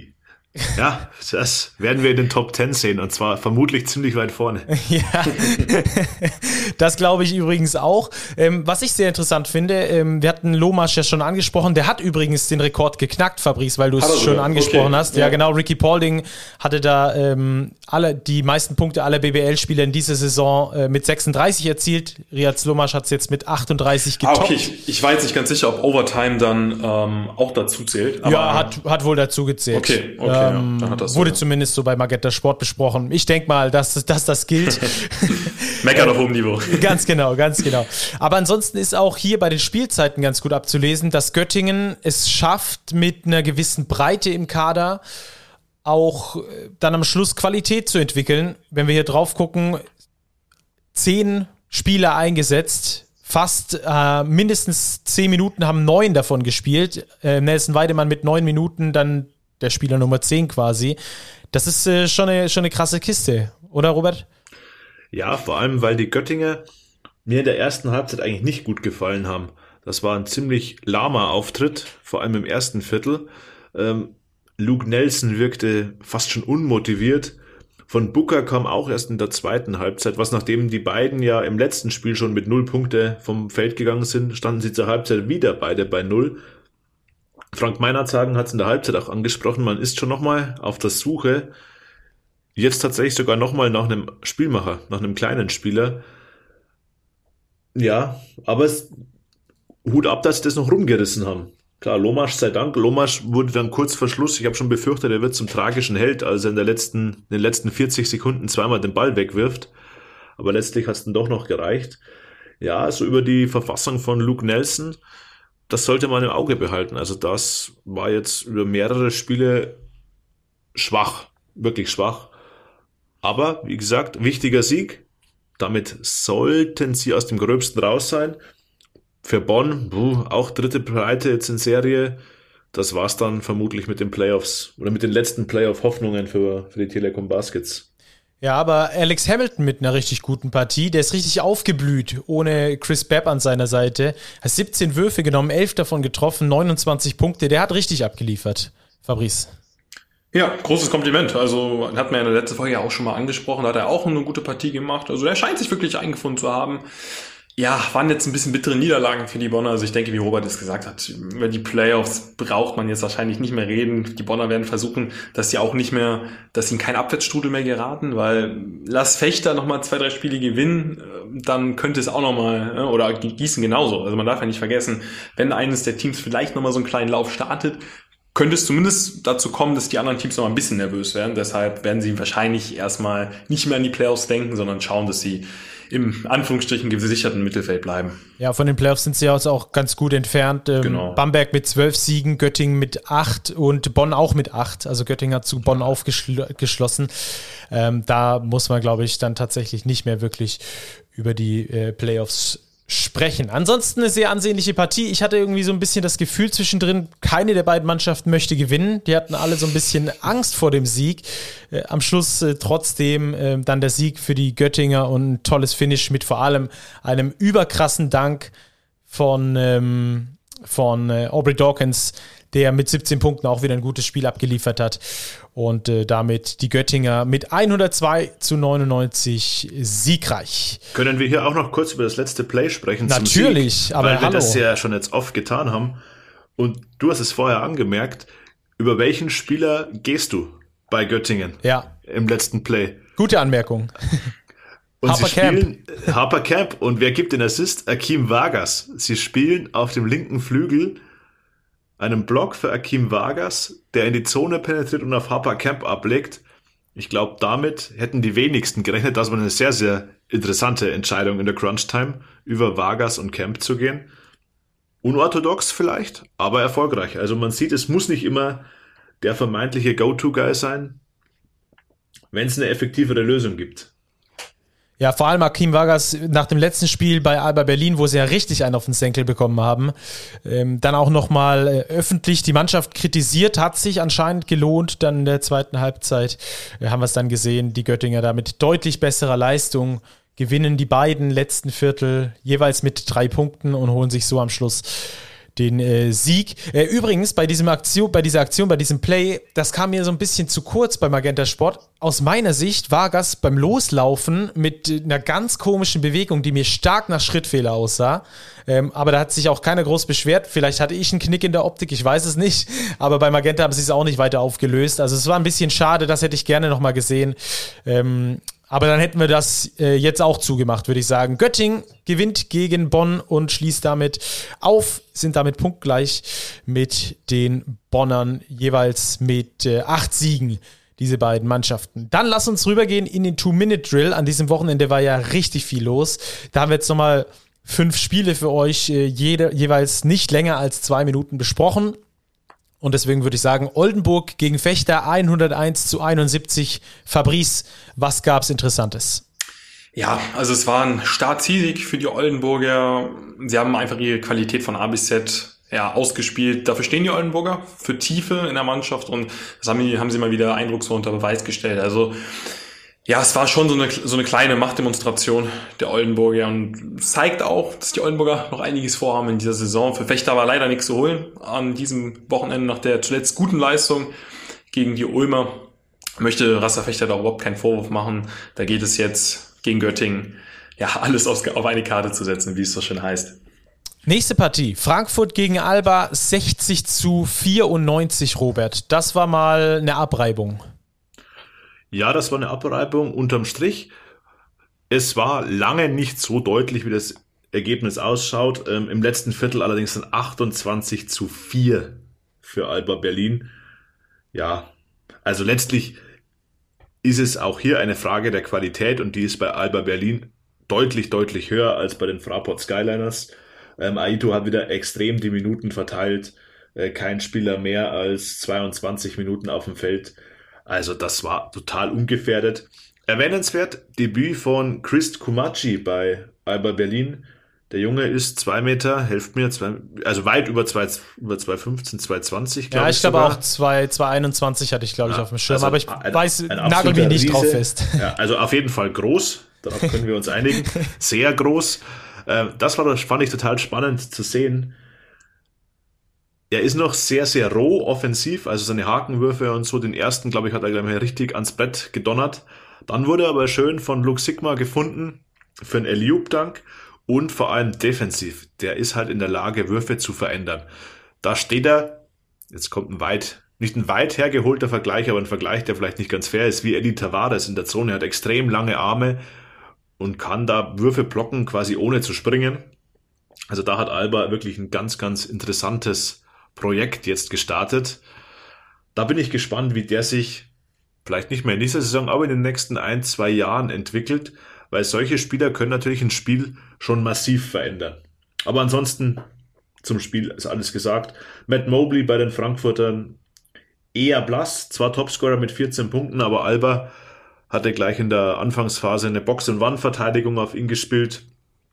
Ja, das werden wir in den Top 10 sehen und zwar vermutlich ziemlich weit vorne. Ja, das glaube ich übrigens auch. Was ich sehr interessant finde, wir hatten Lomasch ja schon angesprochen, der hat übrigens den Rekord geknackt, Fabrice, weil du es schon angesprochen hast. Ja, genau, Ricky Paulding hatte da die meisten Punkte aller BBL-Spieler in dieser Saison mit 36 erzielt. Riaz Lomasch hat es jetzt mit 38 getoppt. Okay, ich war jetzt nicht ganz sicher, ob Overtime dann auch dazu zählt. Aber ja, hat wohl dazu gezählt. Okay. Dann hat das wurde zumindest so bei Magenta Sport besprochen. Ich denke mal, dass das gilt. Meckern auf hohem Niveau. Ganz genau. Aber ansonsten ist auch hier bei den Spielzeiten ganz gut abzulesen, dass Göttingen es schafft, mit einer gewissen Breite im Kader auch dann am Schluss Qualität zu entwickeln. Wenn wir hier drauf gucken, 10 Spieler eingesetzt, fast mindestens 10 Minuten haben 9 davon gespielt. Nelson Weidemann mit 9 Minuten, dann der Spieler Nummer 10 quasi. Das ist schon eine krasse Kiste, oder Robert? Ja, vor allem, weil die Göttinger mir in der ersten Halbzeit eigentlich nicht gut gefallen haben. Das war ein ziemlich lahmer Auftritt, vor allem im ersten Viertel. Luke Nelson wirkte fast schon unmotiviert. Von Booker kam auch erst in der zweiten Halbzeit, was nachdem die beiden ja im letzten Spiel schon mit 0 Punkte vom Feld gegangen sind, standen sie zur Halbzeit wieder beide bei 0. Frank Meinertzagen hat es in der Halbzeit auch angesprochen, man ist schon nochmal auf der Suche, jetzt tatsächlich sogar nochmal nach einem Spielmacher, nach einem kleinen Spieler. Ja, aber Hut ab, dass sie das noch rumgerissen haben. Klar, Lomasch sei Dank. Lomasch wurde dann kurz vor Schluss, ich habe schon befürchtet, er wird zum tragischen Held, als er in den letzten 40 Sekunden zweimal den Ball wegwirft. Aber letztlich hat es dann doch noch gereicht. Ja, so über die Verfassung von Luke Nelson, das sollte man im Auge behalten. Also das war jetzt über mehrere Spiele schwach, wirklich schwach. Aber, wie gesagt, wichtiger Sieg. Damit sollten sie aus dem Gröbsten raus sein. Für Bonn, auch dritte Breite jetzt in Serie. Das war's dann vermutlich mit den Playoffs oder mit den letzten Playoff-Hoffnungen für die Telekom Baskets. Ja, aber Alex Hamilton mit einer richtig guten Partie, der ist richtig aufgeblüht, ohne Chris Babb an seiner Seite. Hat 17 Würfe genommen, 11 davon getroffen, 29 Punkte, der hat richtig abgeliefert. Fabrice. Ja, großes Kompliment. Also hat man ja in der letzten Folge ja auch schon mal angesprochen, da hat er auch eine gute Partie gemacht. Also der scheint sich wirklich eingefunden zu haben. Ja, waren jetzt ein bisschen bittere Niederlagen für die Bonner. Also ich denke, wie Robert es gesagt hat, über die Playoffs braucht man jetzt wahrscheinlich nicht mehr reden. Die Bonner werden versuchen, dass ihnen kein Abwärtsstrudel mehr geraten, weil lass Fechter nochmal 2, 3 Spiele gewinnen, dann könnte es auch nochmal, oder Gießen genauso. Also man darf ja nicht vergessen, wenn eines der Teams vielleicht nochmal so einen kleinen Lauf startet, könnte es zumindest dazu kommen, dass die anderen Teams noch ein bisschen nervös werden. Deshalb werden sie wahrscheinlich erstmal nicht mehr an die Playoffs denken, sondern schauen, dass sie im Anführungsstrichen gesicherten Mittelfeld bleiben. Ja, von den Playoffs sind sie jetzt auch ganz gut entfernt. Genau. Bamberg mit 12 Siegen, Göttingen mit 8 und Bonn auch mit 8. Also Göttingen hat zu Bonn aufgeschlossen. Da muss man, glaube ich, dann tatsächlich nicht mehr wirklich über die Playoffs sprechen. Ansonsten eine sehr ansehnliche Partie. Ich hatte irgendwie so ein bisschen das Gefühl zwischendrin, keine der beiden Mannschaften möchte gewinnen. Die hatten alle so ein bisschen Angst vor dem Sieg. Am Schluss trotzdem dann der Sieg für die Göttinger und ein tolles Finish mit vor allem einem überkrassen Dank von Aubrey Dawkins, der mit 17 Punkten auch wieder ein gutes Spiel abgeliefert hat und damit die Göttinger mit 102-99 siegreich. Können wir hier auch noch kurz über das letzte Play sprechen? Natürlich, zum Sieg, aber weil wir das ja schon jetzt oft getan haben. Und du hast es vorher angemerkt, über welchen Spieler gehst du bei Göttingen im letzten Play? Gute Anmerkung. Und Harper Camp. Und wer gibt den Assist? Akeem Vargas. Sie spielen auf dem linken Flügel einen Block für Akeem Vargas, der in die Zone penetriert und auf Harper Camp ablegt. Ich glaube, damit hätten die wenigsten gerechnet, dass man eine sehr, sehr interessante Entscheidung in der Crunch-Time über Vargas und Camp zu gehen. Unorthodox vielleicht, aber erfolgreich. Also man sieht, es muss nicht immer der vermeintliche Go-To-Guy sein, wenn es eine effektivere Lösung gibt. Ja, vor allem Akeem Vargas nach dem letzten Spiel bei Alba Berlin, wo sie ja richtig einen auf den Senkel bekommen haben, dann auch nochmal öffentlich die Mannschaft kritisiert, hat sich anscheinend gelohnt. Dann in der zweiten Halbzeit haben wir es dann gesehen, die Göttinger da mit deutlich besserer Leistung gewinnen die beiden letzten Viertel jeweils mit 3 Punkten und holen sich so am Schluss den Sieg. Übrigens, bei dieser Aktion, bei diesem Play, das kam mir so ein bisschen zu kurz bei Magenta Sport. Aus meiner Sicht Vargas beim Loslaufen mit einer ganz komischen Bewegung, die mir stark nach Schrittfehler aussah. Aber da hat sich auch keiner groß beschwert. Vielleicht hatte ich einen Knick in der Optik, ich weiß es nicht. Aber bei Magenta haben sie es auch nicht weiter aufgelöst. Also es war ein bisschen schade, das hätte ich gerne nochmal gesehen. Aber dann hätten wir das jetzt auch zugemacht, würde ich sagen. Göttingen gewinnt gegen Bonn und schließt damit auf, sind damit punktgleich mit den Bonnern, jeweils mit 8 Siegen, diese beiden Mannschaften. Dann lass uns rübergehen in den 2-Minute-Drill. An diesem Wochenende war ja richtig viel los. Da haben wir jetzt nochmal 5 Spiele für euch, jeweils nicht länger als 2 Minuten besprochen. Und deswegen würde ich sagen, Oldenburg gegen Vechta 101-71. Fabrice, was gab's Interessantes? Ja, also es war ein Startsieg für die Oldenburger. Sie haben einfach ihre Qualität von A bis Z ausgespielt. Dafür stehen die Oldenburger, für Tiefe in der Mannschaft, und das haben sie mal wieder eindrucksvoll unter Beweis gestellt. Also ja, es war schon so eine kleine Machtdemonstration der Oldenburger und zeigt auch, dass die Oldenburger noch einiges vorhaben in dieser Saison. Für Vechta war leider nichts zu holen an diesem Wochenende nach der zuletzt guten Leistung gegen die Ulmer. Möchte Rassa Vechta da überhaupt keinen Vorwurf machen. Da geht es jetzt gegen Göttingen, alles auf eine Karte zu setzen, wie es so schön heißt. Nächste Partie, Frankfurt gegen Alba, 60-94, Robert. Das war mal eine Abreibung. Ja, das war eine Abreibung unterm Strich. Es war lange nicht so deutlich, wie das Ergebnis ausschaut. Im letzten Viertel allerdings sind 28-4 für Alba Berlin. Ja, also letztlich ist es auch hier eine Frage der Qualität, und die ist bei Alba Berlin deutlich, deutlich höher als bei den Fraport Skyliners. Aito hat wieder extrem die Minuten verteilt. Kein Spieler mehr als 22 Minuten auf dem Feld. Also das war total ungefährdet. Erwähnenswert, Debüt von Chris Kumachi bei Alba Berlin. Der Junge ist 2 Meter, helft mir, also weit über 2,15, 2,20, glaube ich. Ja, ich glaube auch 2,21 hatte ich, glaube ich, auf dem Schirm, also aber ich nagel mich nicht drauf fest. Ja, also auf jeden Fall groß, darauf können wir uns einigen. Sehr groß. Fand ich total spannend zu sehen. Er ist noch sehr, sehr roh offensiv, also seine Hakenwürfe und so, den ersten, glaube ich, hat er gleich mal richtig ans Brett gedonnert. Dann wurde er aber schön von Luke Sigma gefunden für einen Alley-Oop-Dunk und vor allem defensiv. Der ist halt in der Lage, Würfe zu verändern. Da steht er, jetzt kommt nicht ein weit hergeholter Vergleich, aber ein Vergleich, der vielleicht nicht ganz fair ist, wie Eddie Tavares in der Zone. Er hat extrem lange Arme und kann da Würfe blocken, quasi ohne zu springen. Also da hat Alba wirklich ein ganz, ganz interessantes Projekt jetzt gestartet. Da bin ich gespannt, wie der sich vielleicht nicht mehr in dieser Saison, aber in den nächsten 1-2 Jahren entwickelt, weil solche Spieler können natürlich ein Spiel schon massiv verändern. Aber ansonsten zum Spiel ist alles gesagt. Matt Mobley bei den Frankfurtern eher blass, zwar Topscorer mit 14 Punkten, aber Alba hatte gleich in der Anfangsphase eine Box-and-One-Verteidigung auf ihn gespielt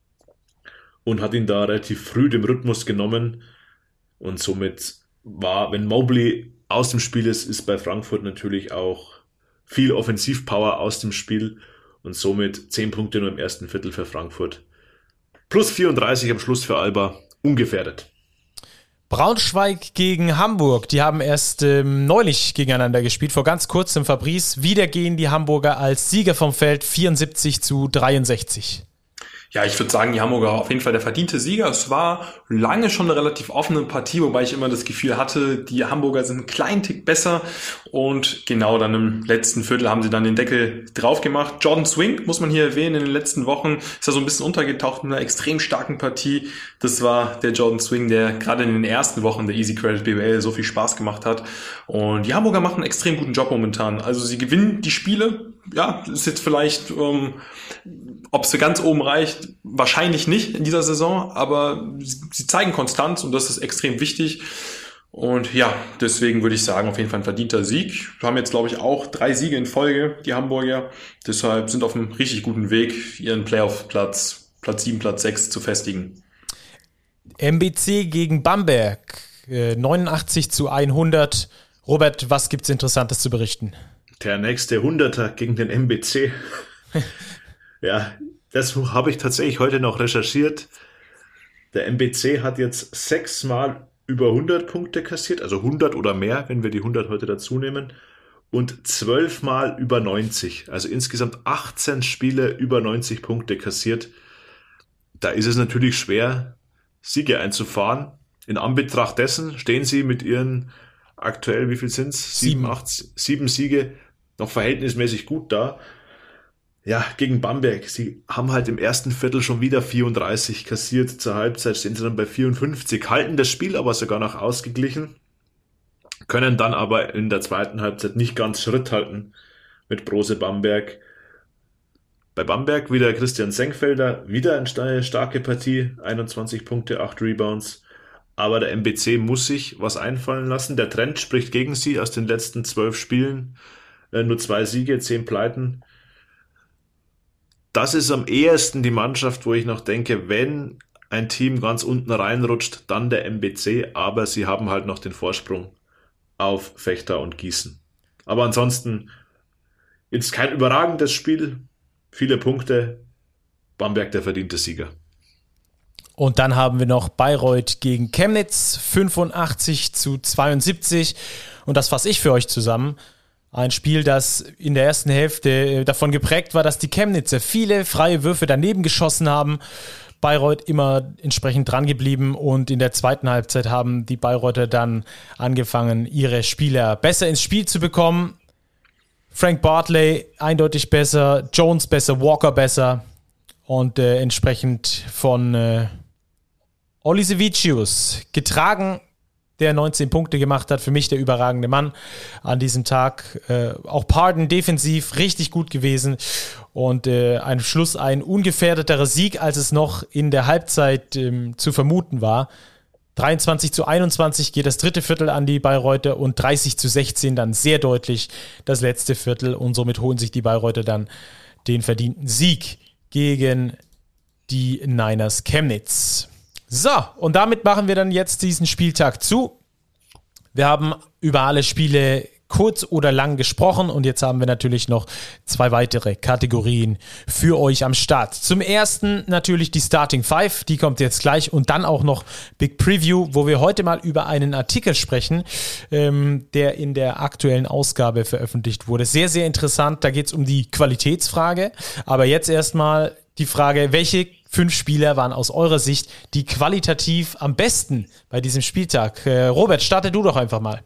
und hat ihn da relativ früh dem Rhythmus genommen. Und somit wenn Mobley aus dem Spiel ist bei Frankfurt natürlich auch viel Offensivpower aus dem Spiel und somit 10 Punkte nur im ersten Viertel für Frankfurt. Plus 34 am Schluss für Alba, ungefährdet. Braunschweig gegen Hamburg, die haben erst neulich gegeneinander gespielt, vor ganz kurzem, Fabrice. Wieder gehen die Hamburger als Sieger vom Feld, 74-63. Ja, ich würde sagen, die Hamburger auf jeden Fall der verdiente Sieger. Es war lange schon eine relativ offene Partie, wobei ich immer das Gefühl hatte, die Hamburger sind einen kleinen Tick besser. Und genau dann im letzten Viertel haben sie dann den Deckel drauf gemacht. Jordan Swing, muss man hier erwähnen, in den letzten Wochen ist er so ein bisschen untergetaucht in einer extrem starken Partie. Das war der Jordan Swing, der gerade in den ersten Wochen der Easy Credit BWL so viel Spaß gemacht hat. Und die Hamburger machen einen extrem guten Job momentan. Also sie gewinnen die Spiele. Ja, ist jetzt vielleicht, ob es ganz oben reicht, wahrscheinlich nicht in dieser Saison, aber sie zeigen Konstanz und das ist extrem wichtig. Und ja, deswegen würde ich sagen, auf jeden Fall ein verdienter Sieg. Wir haben jetzt, glaube ich, auch 3 Siege in Folge, die Hamburger. Deshalb sind auf einem richtig guten Weg, ihren Playoff-Platz, Platz 7, Platz 6 zu festigen. MBC gegen Bamberg, 89-100. Robert, was gibt's Interessantes zu berichten? Der nächste 100er gegen den MBC. Ja, das habe ich tatsächlich heute noch recherchiert. Der MBC hat jetzt 6-mal über 100 Punkte kassiert, also 100 oder mehr, wenn wir die 100 heute dazu nehmen, und 12-mal über 90, also insgesamt 18 Spiele über 90 Punkte kassiert. Da ist es natürlich schwer, Siege einzufahren. In Anbetracht dessen stehen sie mit ihren aktuell, wie viel sind's? 7 Siege, noch verhältnismäßig gut da. Ja, gegen Bamberg. Sie haben halt im ersten Viertel schon wieder 34 kassiert. Zur Halbzeit stehen sie dann bei 54, halten das Spiel aber sogar noch ausgeglichen, können dann aber in der zweiten Halbzeit nicht ganz Schritt halten mit Brose Bamberg. Bei Bamberg wieder Christian Senkfelder, wieder eine starke Partie, 21 Punkte, 8 Rebounds. Aber der MBC muss sich was einfallen lassen. Der Trend spricht gegen sie aus den letzten 12 Spielen. Nur 2 Siege, 10 Pleiten. Das ist am ehesten die Mannschaft, wo ich noch denke, wenn ein Team ganz unten reinrutscht, dann der MBC. Aber sie haben halt noch den Vorsprung auf Vechta und Gießen. Aber ansonsten jetzt kein überragendes Spiel. Viele Punkte. Bamberg der verdiente Sieger. Und dann haben wir noch Bayreuth gegen Chemnitz, 85-72. Und das fasse ich für euch zusammen. Ein Spiel, das in der ersten Hälfte davon geprägt war, dass die Chemnitzer viele freie Würfe daneben geschossen haben. Bayreuth immer entsprechend dran geblieben und in der zweiten Halbzeit haben die Bayreuther dann angefangen, ihre Spieler besser ins Spiel zu bekommen. Frank Bartley eindeutig besser, Jones besser, Walker besser und entsprechend von Olisevicius getragen, der 19 Punkte gemacht hat, für mich der überragende Mann an diesem Tag. Auch Pardon defensiv richtig gut gewesen und am Schluss ein ungefährdeterer Sieg, als es noch in der Halbzeit zu vermuten war. 23-21 geht das dritte Viertel an die Bayreuther und 30-16 dann sehr deutlich das letzte Viertel und somit holen sich die Bayreuther dann den verdienten Sieg gegen die Niners Chemnitz. So, und damit machen wir dann jetzt diesen Spieltag zu. Wir haben über alle Spiele kurz oder lang gesprochen und jetzt haben wir natürlich noch 2 weitere Kategorien für euch am Start. Zum ersten natürlich die Starting Five, die kommt jetzt gleich und dann auch noch Big Preview, wo wir heute mal über einen Artikel sprechen, der in der aktuellen Ausgabe veröffentlicht wurde. Sehr, sehr interessant, da geht es um die Qualitätsfrage, aber jetzt erstmal die Frage, welche 5 Spieler waren aus eurer Sicht die qualitativ am besten bei diesem Spieltag? Robert, starte du doch einfach mal.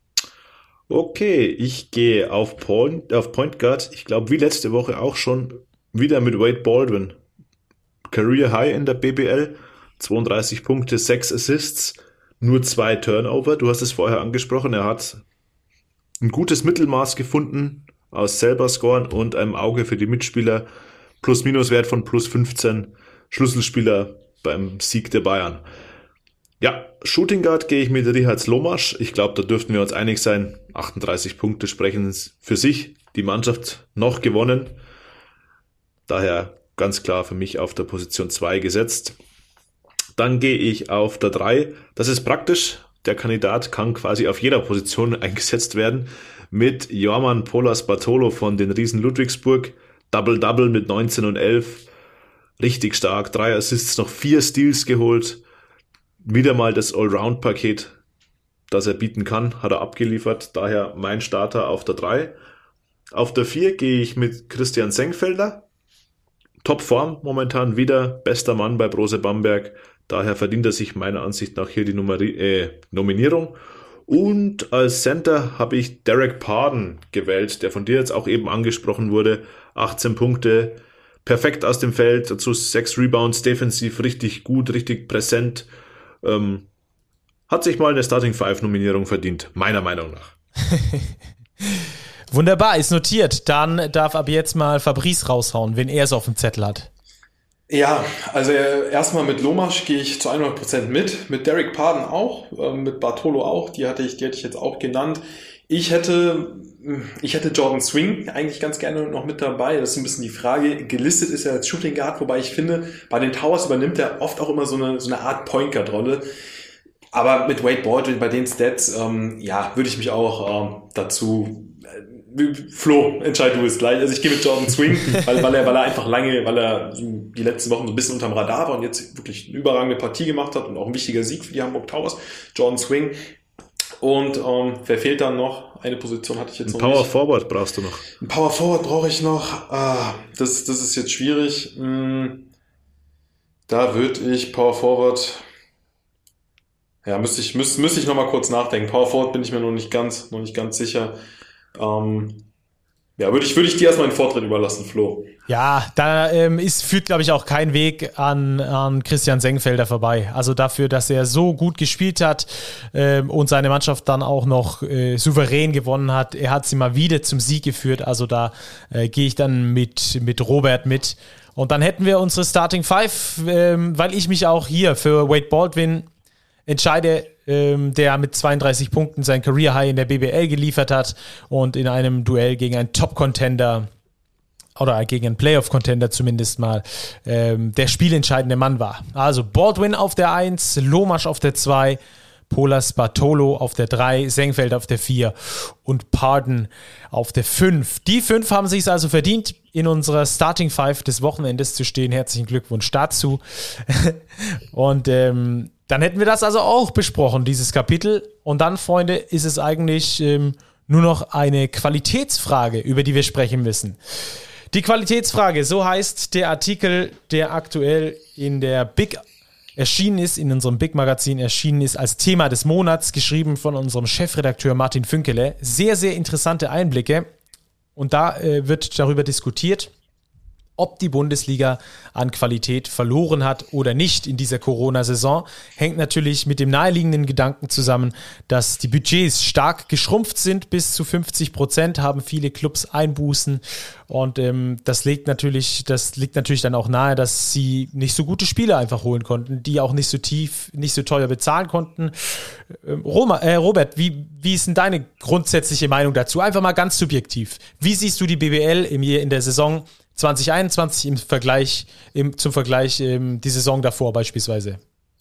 Okay, ich gehe auf Point Guard. Ich glaube, wie letzte Woche auch schon, wieder mit Wade Baldwin. Career High in der BBL, 32 Punkte, 6 Assists, nur 2 Turnover. Du hast es vorher angesprochen, er hat ein gutes Mittelmaß gefunden aus selber scoren und einem Auge für die Mitspieler. Plus-Minus-Wert von plus 15, Schlüsselspieler beim Sieg der Bayern. Ja, Shooting Guard gehe ich mit Richard Slomasch. Ich glaube, da dürften wir uns einig sein. 38 Punkte sprechen für sich. Die Mannschaft noch gewonnen. Daher ganz klar für mich auf der Position 2 gesetzt. Dann gehe ich auf der 3. Das ist praktisch. Der Kandidat kann quasi auf jeder Position eingesetzt werden. Mit Jorman Polas Bartolo von den Riesen Ludwigsburg. Double-Double mit 19 und 11. Richtig stark. 3 Assists, noch 4 Steals geholt. Wieder mal das Allround-Paket, das er bieten kann, hat er abgeliefert. Daher mein Starter auf der 3. Auf der 4 gehe ich mit Christian Senkfelder. Topform momentan wieder. Bester Mann bei Brose Bamberg. Daher verdient er sich meiner Ansicht nach hier die Nominierung. Und als Center habe ich Derek Pardon gewählt, der von dir jetzt auch eben angesprochen wurde. 18 Punkte, perfekt aus dem Feld, dazu 6 Rebounds, defensiv richtig gut, richtig präsent. Hat sich mal eine Starting Five Nominierung verdient, meiner Meinung nach. Wunderbar, ist notiert. Dann darf ab jetzt mal Fabrice raushauen, wenn er es auf dem Zettel hat. Ja, also erstmal mit Lomasch gehe ich zu 100% mit Derek Pardon auch, mit Bartolo auch, die hatte ich jetzt auch genannt. Ich hätte Jordan Swing eigentlich ganz gerne noch mit dabei. Das ist ein bisschen die Frage. Gelistet ist er als Shooting Guard, wobei ich finde, bei den Towers übernimmt er oft auch immer so eine Art Point Guard Rolle. Aber mit Wade Baldwin bei den Stats, würde ich mich auch dazu Flo, entscheid du es gleich. Also ich gehe mit Jordan Swing, weil er einfach weil er die letzten Wochen so ein bisschen unterm Radar war und jetzt wirklich eine überragende Partie gemacht hat und auch ein wichtiger Sieg für die Hamburg Towers. Jordan Swing. Und wer fehlt dann noch? Eine Position hatte ich jetzt noch nicht. Power Forward brauchst du noch. Ein Power Forward brauche ich noch. Das ist jetzt schwierig. Da würde ich Power Forward... Ja, müsste ich noch mal kurz nachdenken. Power Forward bin ich mir noch nicht ganz sicher. Würde ich dir erstmal den Vortritt überlassen, Flo. Ja, da führt, glaube ich, auch kein Weg an Christian Sengfelder vorbei. Also dafür, dass er so gut gespielt hat und seine Mannschaft dann auch noch souverän gewonnen hat. Er hat sie mal wieder zum Sieg geführt. Also da gehe ich dann mit Robert mit. Und dann hätten wir unsere Starting Five, weil ich mich auch hier für Wade Baldwin entscheide, der mit 32 Punkten sein Career High in der BBL geliefert hat und in einem Duell gegen einen Top-Contender oder gegen einen Playoff-Contender zumindest mal der spielentscheidende Mann war. Also Baldwin auf der 1, Lomasch auf der 2, Polas Bartolo auf der 3, Sengfeld auf der 4 und Pardon auf der 5. Die 5 haben sich es also verdient, in unserer Starting 5 des Wochenendes zu stehen. Herzlichen Glückwunsch dazu. Und dann hätten wir das also auch besprochen, dieses Kapitel. Und dann, Freunde, ist es eigentlich nur noch eine Qualitätsfrage, über die wir sprechen müssen. Die Qualitätsfrage, so heißt der Artikel, der aktuell in der Big erschienen ist, in unserem Big-Magazin erschienen ist, als Thema des Monats, geschrieben von unserem Chefredakteur Martin Fünkele. Sehr, sehr interessante Einblicke. Und da wird darüber diskutiert, ob die Bundesliga an Qualität verloren hat oder nicht in dieser Corona-Saison, hängt natürlich mit dem naheliegenden Gedanken zusammen, dass die Budgets stark geschrumpft sind. Bis zu 50% haben viele Clubs Einbußen. Und das liegt natürlich dann auch nahe, dass sie nicht so gute Spieler einfach holen konnten, die auch nicht so teuer bezahlen konnten. Robert, wie ist denn deine grundsätzliche Meinung dazu? Einfach mal ganz subjektiv. Wie siehst du die BBL in der Saison 2021 zum Vergleich die Saison davor beispielsweise?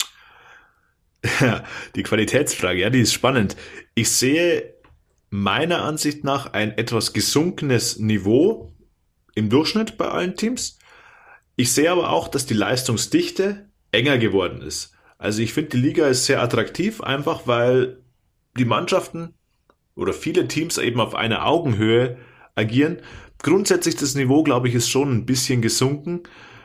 Ja, die Qualitätsfrage, ja, die ist spannend. Ich sehe meiner Ansicht nach ein etwas gesunkenes Niveau im Durchschnitt bei allen Teams. Ich sehe aber auch, dass die Leistungsdichte enger geworden ist. Also ich finde, die Liga ist sehr attraktiv, einfach weil die Mannschaften oder viele Teams eben auf einer Augenhöhe agieren. Grundsätzlich das Niveau, glaube ich, ist schon ein bisschen gesunken,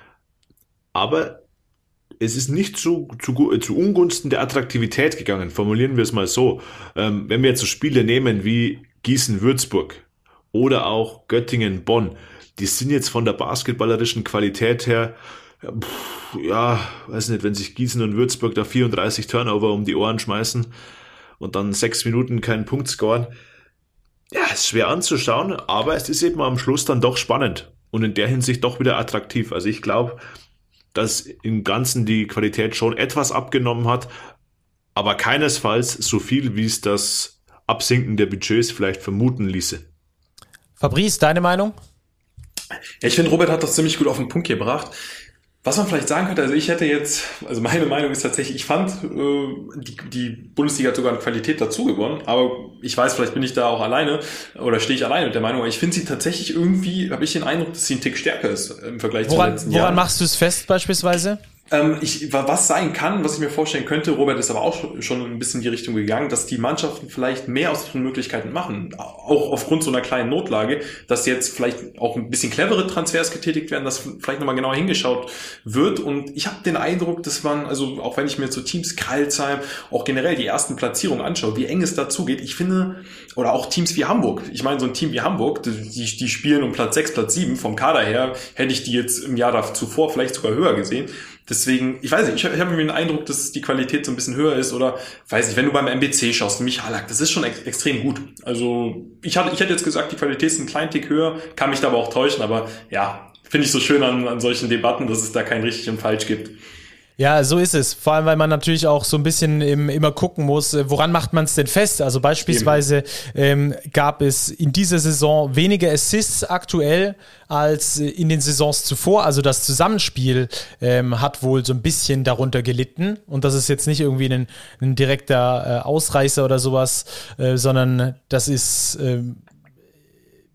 aber es ist nicht zu Ungunsten der Attraktivität gegangen, formulieren wir es mal so. Wenn wir jetzt so Spiele nehmen wie Gießen-Würzburg oder auch Göttingen-Bonn, die sind jetzt von der basketballerischen Qualität her, weiß nicht, wenn sich Gießen und Würzburg da 34 Turnover um die Ohren schmeißen und dann 6 Minuten keinen Punkt scoren. Ja, ist schwer anzuschauen, aber es ist eben am Schluss dann doch spannend und in der Hinsicht doch wieder attraktiv. Also ich glaube, dass im Ganzen die Qualität schon etwas abgenommen hat, aber keinesfalls so viel, wie es das Absinken der Budgets vielleicht vermuten ließe. Fabrice, deine Meinung? Ja, ich finde, Robert hat das ziemlich gut auf den Punkt gebracht. Was man vielleicht sagen könnte, also meine Meinung ist tatsächlich, ich fand, die Bundesliga hat sogar an Qualität dazu gewonnen, aber ich weiß, vielleicht bin ich da auch alleine oder stehe ich alleine mit der Meinung, aber ich finde sie tatsächlich irgendwie, habe ich den Eindruck, dass sie ein Tick stärker ist im Vergleich zu den letzten Jahren. Woran machst du es fest beispielsweise? Was sein kann, was ich mir vorstellen könnte, Robert ist aber auch schon ein bisschen in die Richtung gegangen, dass die Mannschaften vielleicht mehr aus ihren Möglichkeiten machen, auch aufgrund so einer kleinen Notlage, dass jetzt vielleicht auch ein bisschen clevere Transfers getätigt werden, dass vielleicht nochmal genauer hingeschaut wird und ich habe den Eindruck, dass man, also auch wenn ich mir so Teams Kreilsheim, auch generell die ersten Platzierungen anschaue, wie eng es dazu geht, ich finde, oder auch Teams wie Hamburg, ich meine so ein Team wie Hamburg, die spielen um Platz 6, Platz 7, vom Kader her hätte ich die jetzt im Jahr zuvor vielleicht sogar höher gesehen. Deswegen, ich weiß nicht, ich habe mir den Eindruck, dass die Qualität so ein bisschen höher ist oder, weiß nicht, wenn du beim MBC schaust, Michalak, das ist schon extrem gut. Also ich hätte jetzt gesagt, die Qualität ist ein kleinen Tick höher, kann mich da aber auch täuschen, aber ja, finde ich so schön an solchen Debatten, dass es da kein richtig und falsch gibt. Ja, so ist es. Vor allem, weil man natürlich auch so ein bisschen immer gucken muss, woran macht man es denn fest? Also beispielsweise gab es in dieser Saison weniger Assists aktuell als in den Saisons zuvor. Also das Zusammenspiel hat wohl so ein bisschen darunter gelitten. Und das ist jetzt nicht irgendwie ein direkter Ausreißer oder sowas, sondern das ist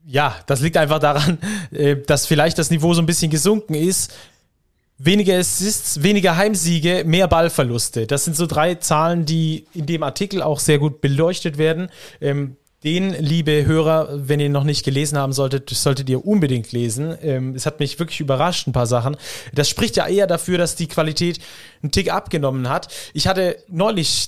ja, das liegt einfach daran, dass vielleicht das Niveau so ein bisschen gesunken ist. Weniger Assists, weniger Heimsiege, mehr Ballverluste. Das sind so 3 Zahlen, die in dem Artikel auch sehr gut beleuchtet werden. Den, liebe Hörer, wenn ihr noch nicht gelesen haben solltet ihr unbedingt lesen. Es hat mich wirklich überrascht, ein paar Sachen. Das spricht ja eher dafür, dass die Qualität einen Tick abgenommen hat. Ich hatte neulich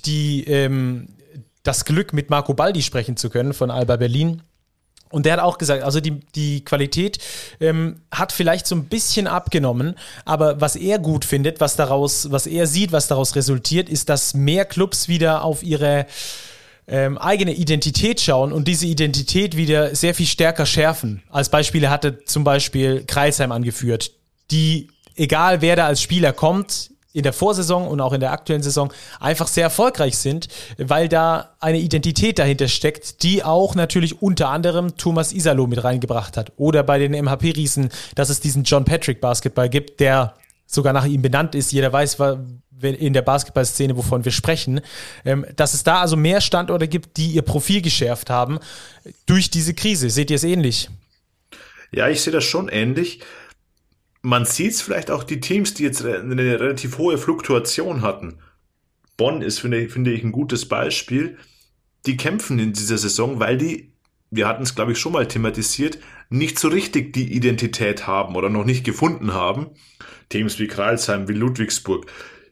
das Glück, mit Marco Baldi sprechen zu können von Alba Berlin. Und der hat auch gesagt, also die Qualität hat vielleicht so ein bisschen abgenommen, aber was er gut findet, was er sieht, was daraus resultiert, ist, dass mehr Clubs wieder auf ihre eigene Identität schauen und diese Identität wieder sehr viel stärker schärfen. Als Beispiele hatte zum Beispiel Crailsheim angeführt, die, egal wer da als Spieler kommt, in der Vorsaison und auch in der aktuellen Saison einfach sehr erfolgreich sind, weil da eine Identität dahinter steckt, die auch natürlich unter anderem Thomas Iserloh mit reingebracht hat. Oder bei den MHP-Riesen, dass es diesen John Patrick Basketball gibt, der sogar nach ihm benannt ist. Jeder weiß in der Basketballszene, wovon wir sprechen, dass es da also mehr Standorte gibt, die ihr Profil geschärft haben durch diese Krise. Seht ihr es ähnlich? Ja, ich sehe das schon ähnlich. Man sieht es vielleicht auch die Teams, die jetzt eine relativ hohe Fluktuation hatten. Bonn ist, finde ich, ein gutes Beispiel. Die kämpfen in dieser Saison, weil die, wir hatten es, glaube ich, schon mal thematisiert, nicht so richtig die Identität haben oder noch nicht gefunden haben. Teams wie Crailsheim, wie Ludwigsburg,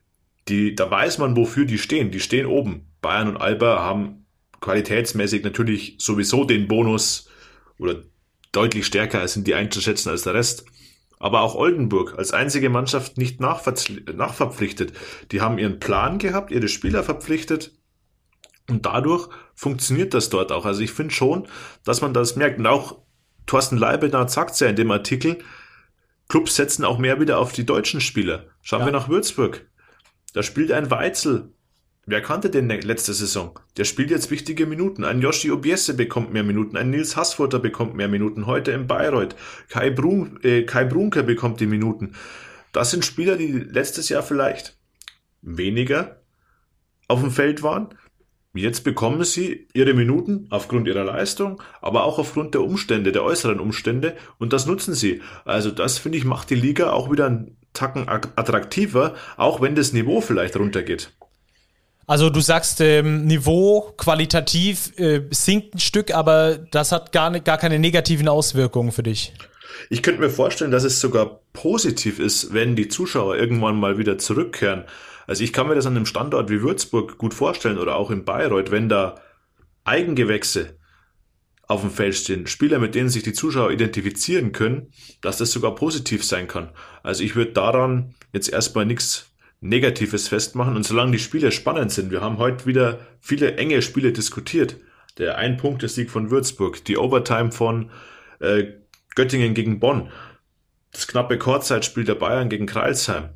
da weiß man, wofür die stehen. Die stehen oben. Bayern und Alba haben qualitätsmäßig natürlich sowieso den Bonus oder deutlich stärker sind die einzuschätzen als der Rest. Aber auch Oldenburg als einzige Mannschaft nicht nachverpflichtet. Die haben ihren Plan gehabt, ihre Spieler verpflichtet und dadurch funktioniert das dort auch. Also ich finde schon, dass man das merkt. Und auch Thorsten Leibenhardt sagt es ja in dem Artikel, Clubs setzen auch mehr wieder auf die deutschen Spieler. Schauen wir nach Würzburg. Da spielt ein Weitzel. Wer kannte den letzte Saison? Der spielt jetzt wichtige Minuten. Ein Yoshi Obiese bekommt mehr Minuten. Ein Nils Haßfurter bekommt mehr Minuten. Heute in Bayreuth. Kai Brunker bekommt die Minuten. Das sind Spieler, die letztes Jahr vielleicht weniger auf dem Feld waren. Jetzt bekommen sie ihre Minuten aufgrund ihrer Leistung, aber auch aufgrund der Umstände, der äußeren Umstände. Und das nutzen sie. Also das, finde ich, macht die Liga auch wieder einen Tacken attraktiver, auch wenn das Niveau vielleicht runtergeht. Also du sagst, Niveau qualitativ sinkt ein Stück, aber das hat gar keine negativen Auswirkungen für dich. Ich könnte mir vorstellen, dass es sogar positiv ist, wenn die Zuschauer irgendwann mal wieder zurückkehren. Also ich kann mir das an einem Standort wie Würzburg gut vorstellen oder auch in Bayreuth, wenn da Eigengewächse auf dem Feld stehen, Spieler, mit denen sich die Zuschauer identifizieren können, dass das sogar positiv sein kann. Also ich würde daran jetzt erstmal nichts Negatives festmachen und solange die Spiele spannend sind, wir haben heute wieder viele enge Spiele diskutiert, der Ein-Punkte-Sieg von Würzburg, die Overtime von Göttingen gegen Bonn, das knappe Kurzzeitspiel der Bayern gegen Crailsheim,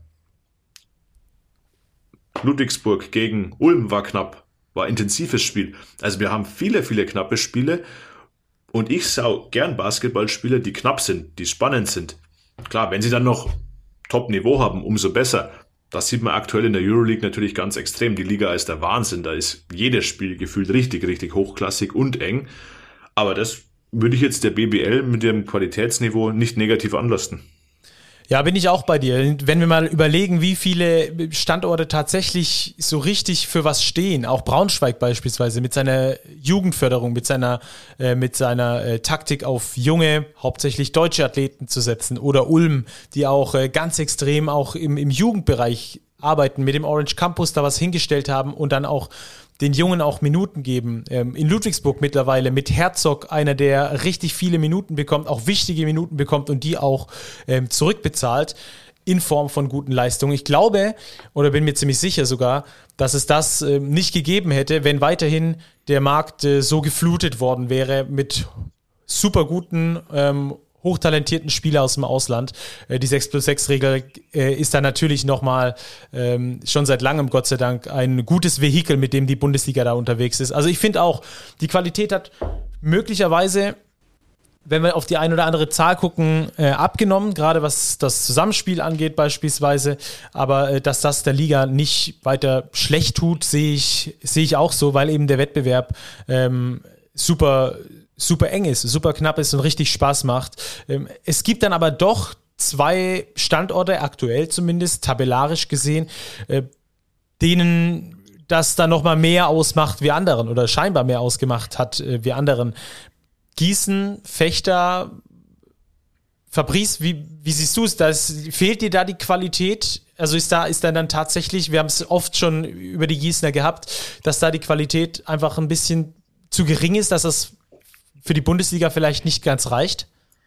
Ludwigsburg gegen Ulm war knapp, war intensives Spiel. Also wir haben viele, viele knappe Spiele und ich schaue gern Basketballspiele, die knapp sind, die spannend sind. Klar, wenn sie dann noch Top-Niveau haben, umso besser. Das sieht man aktuell in der Euroleague natürlich ganz extrem. Die Liga ist der Wahnsinn. Da ist jedes Spiel gefühlt richtig, richtig hochklassig und eng. Aber das würde ich jetzt der BBL mit dem Qualitätsniveau nicht negativ anlasten. Ja, bin ich auch bei dir. Wenn wir mal überlegen, wie viele Standorte tatsächlich so richtig für was stehen, auch Braunschweig beispielsweise mit seiner Jugendförderung, mit seiner Taktik auf junge, hauptsächlich deutsche Athleten zu setzen, oder Ulm, die auch ganz extrem auch im Jugendbereich arbeiten, mit dem Orange Campus da was hingestellt haben und dann auch den Jungen auch Minuten geben. In Ludwigsburg mittlerweile mit Herzog, einer, der richtig viele Minuten bekommt, auch wichtige Minuten bekommt und die auch zurückbezahlt in Form von guten Leistungen. Ich glaube, oder bin mir ziemlich sicher sogar, dass es das nicht gegeben hätte, wenn weiterhin der Markt so geflutet worden wäre mit super guten hochtalentierten Spieler aus dem Ausland. Die 6+6-Regel ist da natürlich nochmal schon seit langem, Gott sei Dank, ein gutes Vehikel, mit dem die Bundesliga da unterwegs ist. Also ich finde auch, die Qualität hat möglicherweise, wenn wir auf die ein oder andere Zahl gucken, abgenommen, gerade was das Zusammenspiel angeht beispielsweise. Aber dass das der Liga nicht weiter schlecht tut, sehe ich auch so, weil eben der Wettbewerb super super eng ist, super knapp ist und richtig Spaß macht. Es gibt dann aber doch 2 Standorte, aktuell zumindest, tabellarisch gesehen, denen das dann nochmal mehr ausmacht wie anderen oder scheinbar mehr ausgemacht hat wie anderen. Gießen, Vechter, Fabrice, wie siehst du es? Fehlt dir da die Qualität? Also ist da dann tatsächlich, wir haben es oft schon über die Gießener gehabt, dass da die Qualität einfach ein bisschen zu gering ist, dass es für die Bundesliga vielleicht nicht ganz reicht?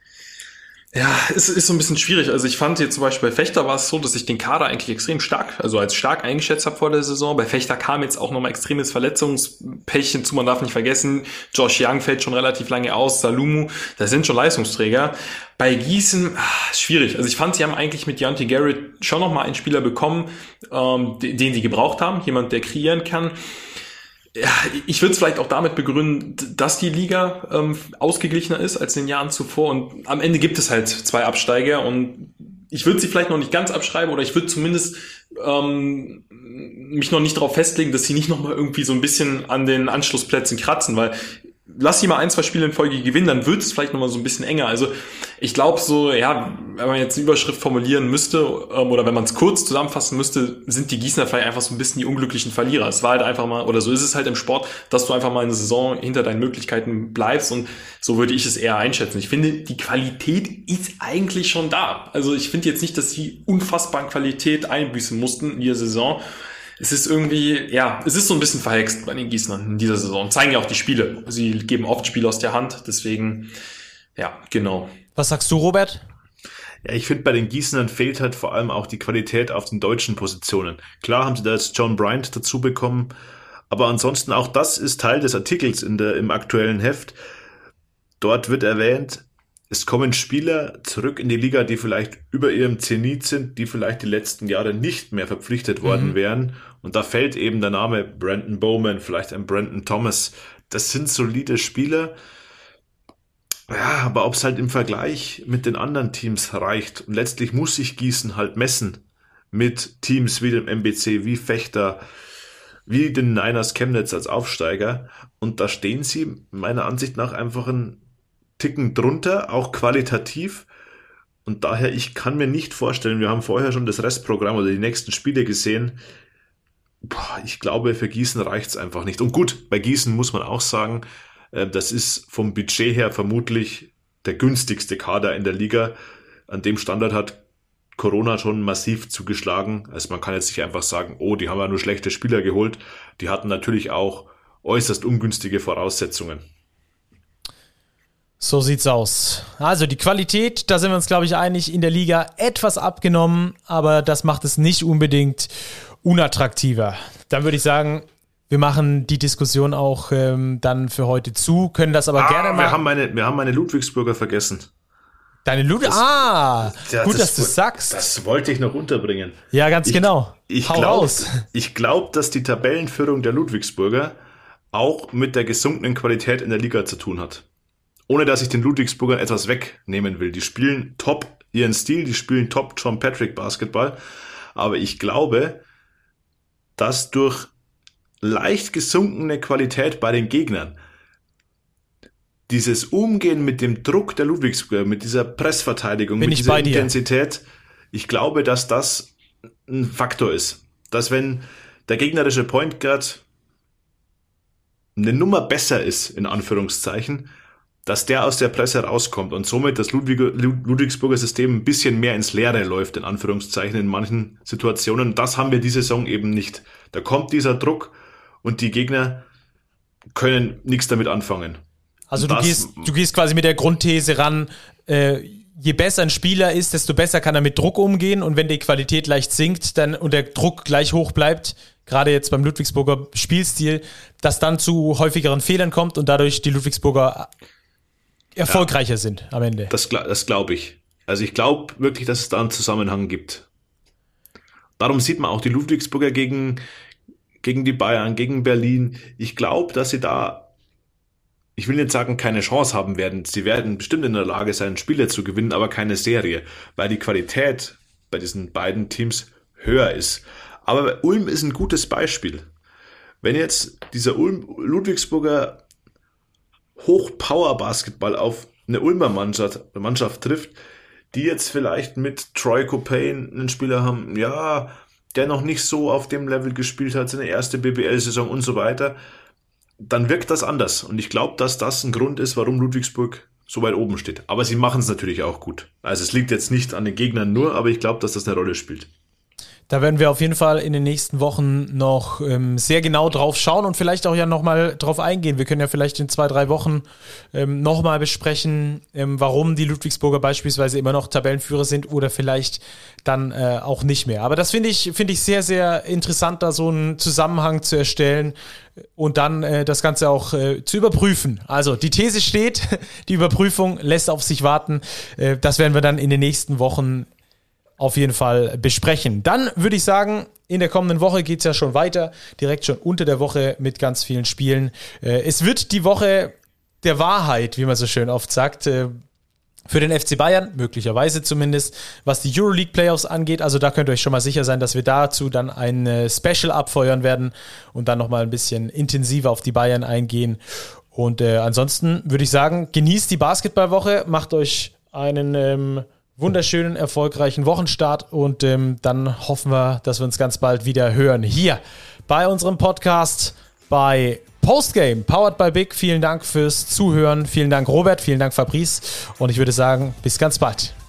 Ja, es ist so ein bisschen schwierig. Also ich fand jetzt zum Beispiel bei Vechter war es so, dass ich den Kader eigentlich extrem stark, also als stark eingeschätzt habe vor der Saison. Bei Vechter kam jetzt auch nochmal extremes Verletzungspech hinzu. Man darf nicht vergessen, Josh Young fällt schon relativ lange aus, Salumu, das sind schon Leistungsträger. Bei Gießen, schwierig. Also ich fand, sie haben eigentlich mit Janty Garrett schon nochmal einen Spieler bekommen, den sie gebraucht haben. Jemand, der kreieren kann. Ja, ich würde es vielleicht auch damit begründen, dass die Liga ausgeglichener ist als in den Jahren zuvor und am Ende gibt es halt 2 Absteiger und ich würde sie vielleicht noch nicht ganz abschreiben oder ich würde zumindest mich noch nicht darauf festlegen, dass sie nicht nochmal irgendwie so ein bisschen an den Anschlussplätzen kratzen, weil lass sie mal 1, 2 Spiele in Folge gewinnen, dann wird es vielleicht nochmal so ein bisschen enger. Also ich glaube so, ja, wenn man jetzt eine Überschrift formulieren müsste oder wenn man es kurz zusammenfassen müsste, sind die Gießener vielleicht einfach so ein bisschen die unglücklichen Verlierer. Es war halt einfach mal, oder so ist es halt im Sport, dass du einfach mal eine Saison hinter deinen Möglichkeiten bleibst und so würde ich es eher einschätzen. Ich finde, die Qualität ist eigentlich schon da. Also ich finde jetzt nicht, dass sie unfassbare Qualität einbüßen mussten in dieser Saison. Es ist irgendwie, ja, es ist so ein bisschen verhext bei den Gießenern in dieser Saison. Zeigen ja auch die Spiele. Sie geben oft Spiele aus der Hand, deswegen, ja, genau. Was sagst du, Robert? Ja, ich finde, bei den Gießenern fehlt halt vor allem auch die Qualität auf den deutschen Positionen. Klar haben sie da jetzt John Bryant dazu bekommen, aber ansonsten auch das ist Teil des Artikels im aktuellen Heft. Dort wird erwähnt, es kommen Spieler zurück in die Liga, die vielleicht über ihrem Zenit sind, die vielleicht die letzten Jahre nicht mehr verpflichtet worden wären. Und da fällt eben der Name Brandon Bowman, vielleicht ein Brandon Thomas. Das sind solide Spieler. Ja, aber ob es halt im Vergleich mit den anderen Teams reicht. Und letztlich muss sich Gießen halt messen mit Teams wie dem MBC, wie Vechter, wie den Niners Chemnitz als Aufsteiger. Und da stehen sie meiner Ansicht nach einfach einen Ticken drunter, auch qualitativ. Und daher, ich kann mir nicht vorstellen, wir haben vorher schon das Restprogramm oder die nächsten Spiele gesehen. Ich glaube, für Gießen reicht's einfach nicht. Und gut, bei Gießen muss man auch sagen, das ist vom Budget her vermutlich der günstigste Kader in der Liga. An dem Standard hat Corona schon massiv zugeschlagen. Also man kann jetzt nicht einfach sagen, oh, die haben ja nur schlechte Spieler geholt. Die hatten natürlich auch äußerst ungünstige Voraussetzungen. So sieht's aus. Also die Qualität, da sind wir uns, glaube ich, einig, in der Liga etwas abgenommen, aber das macht es nicht unbedingt unattraktiver. Dann würde ich sagen, wir machen die Diskussion auch dann für heute zu, können das aber gerne mal... Wir haben meine Ludwigsburger vergessen. Deine Ludwigsburger? Gut, dass du sagst. Das wollte ich noch unterbringen. Ja, ganz genau. Ich glaube, dass die Tabellenführung der Ludwigsburger auch mit der gesunkenen Qualität in der Liga zu tun hat. Ohne dass ich den Ludwigsburgern etwas wegnehmen will. Die spielen top ihren Stil, die spielen top John Patrick Basketball. Aber ich glaube, dass durch leicht gesunkene Qualität bei den Gegnern dieses Umgehen mit dem Druck der Ludwigsburger, mit dieser Pressverteidigung, mit dieser Intensität, ich glaube, dass das ein Faktor ist. Dass wenn der gegnerische Point Guard eine Nummer besser ist, in Anführungszeichen, dass der aus der Presse rauskommt und somit das Ludwigsburger System ein bisschen mehr ins Leere läuft, in Anführungszeichen, in manchen Situationen. Das haben wir diese Saison eben nicht. Da kommt dieser Druck und die Gegner können nichts damit anfangen. Also du gehst quasi mit der Grundthese ran, je besser ein Spieler ist, desto besser kann er mit Druck umgehen und wenn die Qualität leicht sinkt und der Druck gleich hoch bleibt, gerade jetzt beim Ludwigsburger Spielstil, dass dann zu häufigeren Fehlern kommt und dadurch die Ludwigsburger erfolgreicher sind am Ende. Das glaube ich. Also ich glaube wirklich, dass es da einen Zusammenhang gibt. Darum sieht man auch die Ludwigsburger gegen die Bayern, gegen Berlin. Ich glaube, dass sie da, ich will nicht sagen, keine Chance haben werden. Sie werden bestimmt in der Lage sein, Spiele zu gewinnen, aber keine Serie, weil die Qualität bei diesen beiden Teams höher ist. Aber Ulm ist ein gutes Beispiel. Wenn jetzt dieser Ludwigsburger Hochpower-Basketball auf eine Ulmer Mannschaft trifft, die jetzt vielleicht mit Troy Copane einen Spieler haben, ja, der noch nicht so auf dem Level gespielt hat, seine erste BBL-Saison und so weiter, dann wirkt das anders. Und ich glaube, dass das ein Grund ist, warum Ludwigsburg so weit oben steht. Aber sie machen es natürlich auch gut. Also es liegt jetzt nicht an den Gegnern nur, aber ich glaube, dass das eine Rolle spielt. Da werden wir auf jeden Fall in den nächsten Wochen noch sehr genau drauf schauen und vielleicht auch ja nochmal drauf eingehen. Wir können ja vielleicht in 2-3 Wochen nochmal besprechen, warum die Ludwigsburger beispielsweise immer noch Tabellenführer sind oder vielleicht dann auch nicht mehr. Aber das finde ich sehr, sehr interessant, da so einen Zusammenhang zu erstellen und dann das Ganze auch zu überprüfen. Also die These steht, die Überprüfung lässt auf sich warten. Das werden wir dann in den nächsten Wochen auf jeden Fall besprechen. Dann würde ich sagen, in der kommenden Woche geht es ja schon weiter, direkt schon unter der Woche mit ganz vielen Spielen. Es wird die Woche der Wahrheit, wie man so schön oft sagt, für den FC Bayern, möglicherweise zumindest, was die Euroleague Playoffs angeht. Also da könnt ihr euch schon mal sicher sein, dass wir dazu dann ein Special abfeuern werden und dann nochmal ein bisschen intensiver auf die Bayern eingehen. Und ansonsten würde ich sagen, genießt die Basketballwoche, macht euch einen wunderschönen, erfolgreichen Wochenstart und dann hoffen wir, dass wir uns ganz bald wieder hören. Hier bei unserem Podcast bei Postgame, powered by Big. Vielen Dank fürs Zuhören. Vielen Dank Robert, vielen Dank Fabrice und ich würde sagen, bis ganz bald.